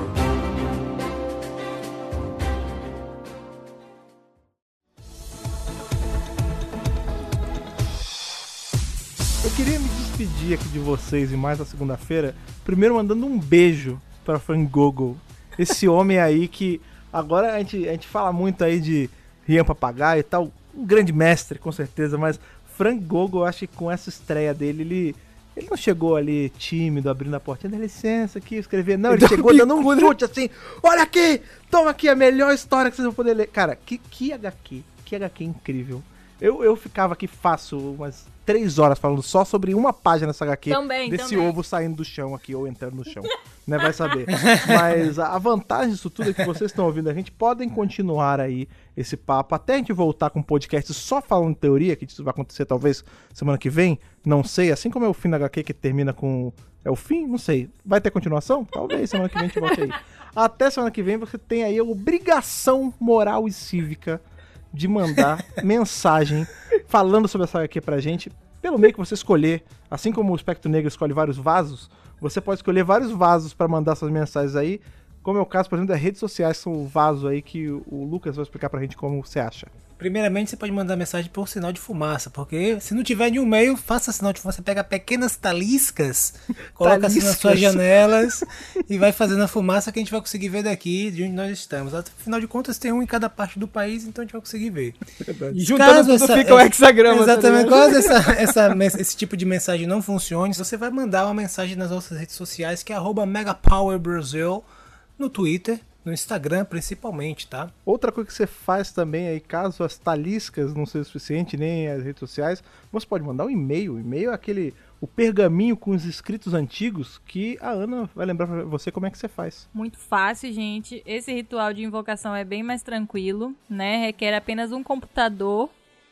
Eu queria me despedir aqui de vocês em mais uma segunda-feira, primeiro mandando um beijo para Frank Gogol. Esse homem aí que agora a gente, a gente fala muito aí de Rian Papagaio e tal, um grande mestre com certeza, mas Frank Gogol, acho que com essa estreia dele, ele, ele não chegou ali tímido, abrindo a portinha, dá licença aqui, escrever, não, ele chegou dando um chute assim, olha aqui, toma aqui a melhor história que vocês vão poder ler. Cara, que, que H Q, que H Q incrível. Eu, eu ficava aqui fácil umas três horas falando só sobre uma página dessa H Q, Também, desse também. ovo saindo do chão aqui, ou entrando no chão, né, vai saber. Mas a, a vantagem disso tudo é que vocês estão ouvindo a gente, podem continuar aí esse papo, até a gente voltar com um podcast só falando teoria, que isso vai acontecer talvez semana que vem, não sei, assim como é o fim da H Q que termina com... É o fim? Não sei. Vai ter continuação? Talvez semana que vem a gente volte aí. Até semana que vem você tem aí a obrigação moral e cívica de mandar mensagem falando sobre essa H Q pra gente, pelo meio que você escolher, assim como o Espectro Negro escolhe vários vasos, você pode escolher vários vasos pra mandar suas mensagens aí, como é o caso, por exemplo, das redes sociais, que são o vaso aí que o Lucas vai explicar pra gente como você acha. Primeiramente, você pode mandar mensagem por sinal de fumaça, porque se não tiver nenhum meio, faça sinal de fumaça. Você pega pequenas taliscas, coloca assim nas suas janelas e vai fazendo a fumaça que a gente vai conseguir ver daqui de onde nós estamos. Afinal de contas, tem um em cada parte do país, então a gente vai conseguir ver. E juntando tudo essa- fica o hexagrama. tá Exatamente. ligado? Caso essa, essa, mens- esse tipo de mensagem não funcione, você vai mandar uma mensagem nas nossas redes sociais, que é arroba megapowerbrasil, no Twitter, no Instagram principalmente, tá? Outra coisa que você faz também aí, caso as taliscas não sejam suficiente, nem as redes sociais, você pode mandar um e-mail. O e-mail é aquele, o pergaminho com os escritos antigos, que a Ana vai lembrar pra você como é que você faz. Muito fácil, gente. Esse ritual de invocação é bem mais tranquilo, né? Requer apenas um computador.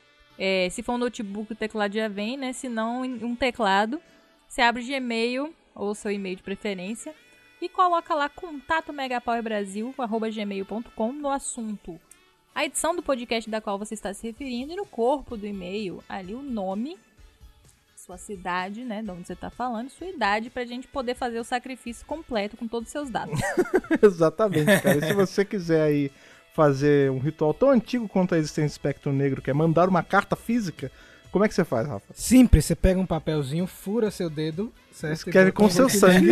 É, se for um notebook, o teclado já vem, né? Se não, um teclado. Você abre o Gmail, ou seu e-mail de preferência, e coloca lá contato megapowerbrasil arroba gmail ponto com no assunto a edição do podcast da qual você está se referindo, e no corpo do e-mail, ali o nome, sua cidade, né, de onde você está falando, sua idade, pra gente poder fazer o sacrifício completo com todos os seus dados. Exatamente, cara. E se você quiser aí fazer um ritual tão antigo quanto a existência do Espectro Negro, que é mandar uma carta física, como é que você faz, Rafa? Simples, você pega um papelzinho, fura seu dedo, certo? Escreve com seu sangue.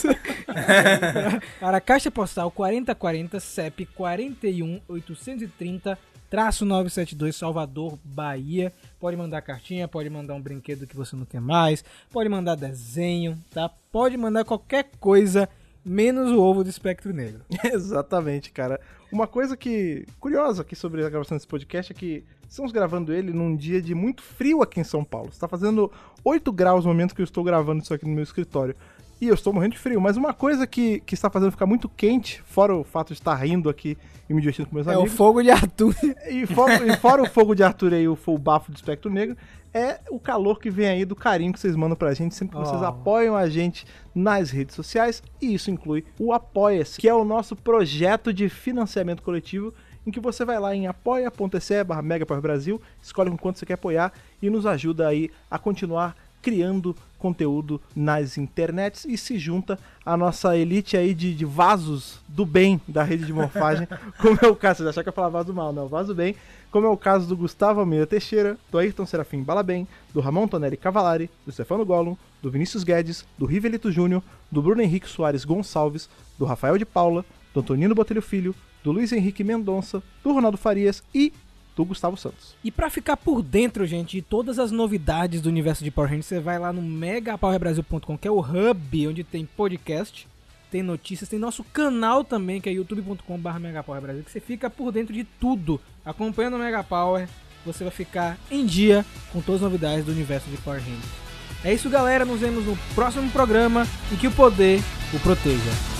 Para a Caixa Postal quarenta quarenta, C E P quarenta e um oitocentos e trinta, traço novecentos e setenta e dois, Salvador, Bahia. Pode mandar cartinha, pode mandar um brinquedo que você não quer mais, pode mandar desenho, tá? Pode mandar qualquer coisa, menos o ovo do Espectro Negro. Exatamente, cara. Uma coisa que curiosa aqui sobre a gravação desse podcast é que estamos gravando ele num dia de muito frio aqui em São Paulo. Está fazendo oito graus no momento que eu estou gravando isso aqui no meu escritório. E eu estou morrendo de frio, mas uma coisa que, que está fazendo ficar muito quente, fora o fato de estar rindo aqui e me divertindo com meus É amigos... o fogo de Arthur. E fora, e fora o fogo de Arthur e o, o bafo do espectro negro, é o calor que vem aí do carinho que vocês mandam pra gente, sempre que vocês Oh. apoiam a gente nas redes sociais, e isso inclui o Apoia-se, que é o nosso projeto de financiamento coletivo, em que você vai lá em apoia.se barra Megapowerbrasil, escolhe com quanto você quer apoiar e nos ajuda aí a continuar criando conteúdo nas internets e se junta à nossa elite aí de, de vasos do bem da rede de morfagem, como é o caso, vocês acharam que eu falava vaso do mal, não, vaso do bem, como é o caso do Gustavo Almeida Teixeira, do Ayrton Serafim Balabem, do Ramon Tonelli Cavalari, do Stefano Gollum, do Vinícius Guedes, do Rivelito Júnior, do Bruno Henrique Soares Gonçalves, do Rafael de Paula, do Antonino Botelho Filho, do Luiz Henrique Mendonça, do Ronaldo Farias e do Gustavo Santos. E pra ficar por dentro, gente, de todas as novidades do universo de Power Rangers, você vai lá no mega power brasil ponto com, que é o hub onde tem podcast, tem notícias, tem nosso canal também, que é youtube ponto com barra mega power brasil, que você fica por dentro de tudo. Acompanhando o Mega Power, você vai ficar em dia com todas as novidades do universo de Power Rangers. É isso, galera. Nos vemos no próximo programa e que o poder o proteja.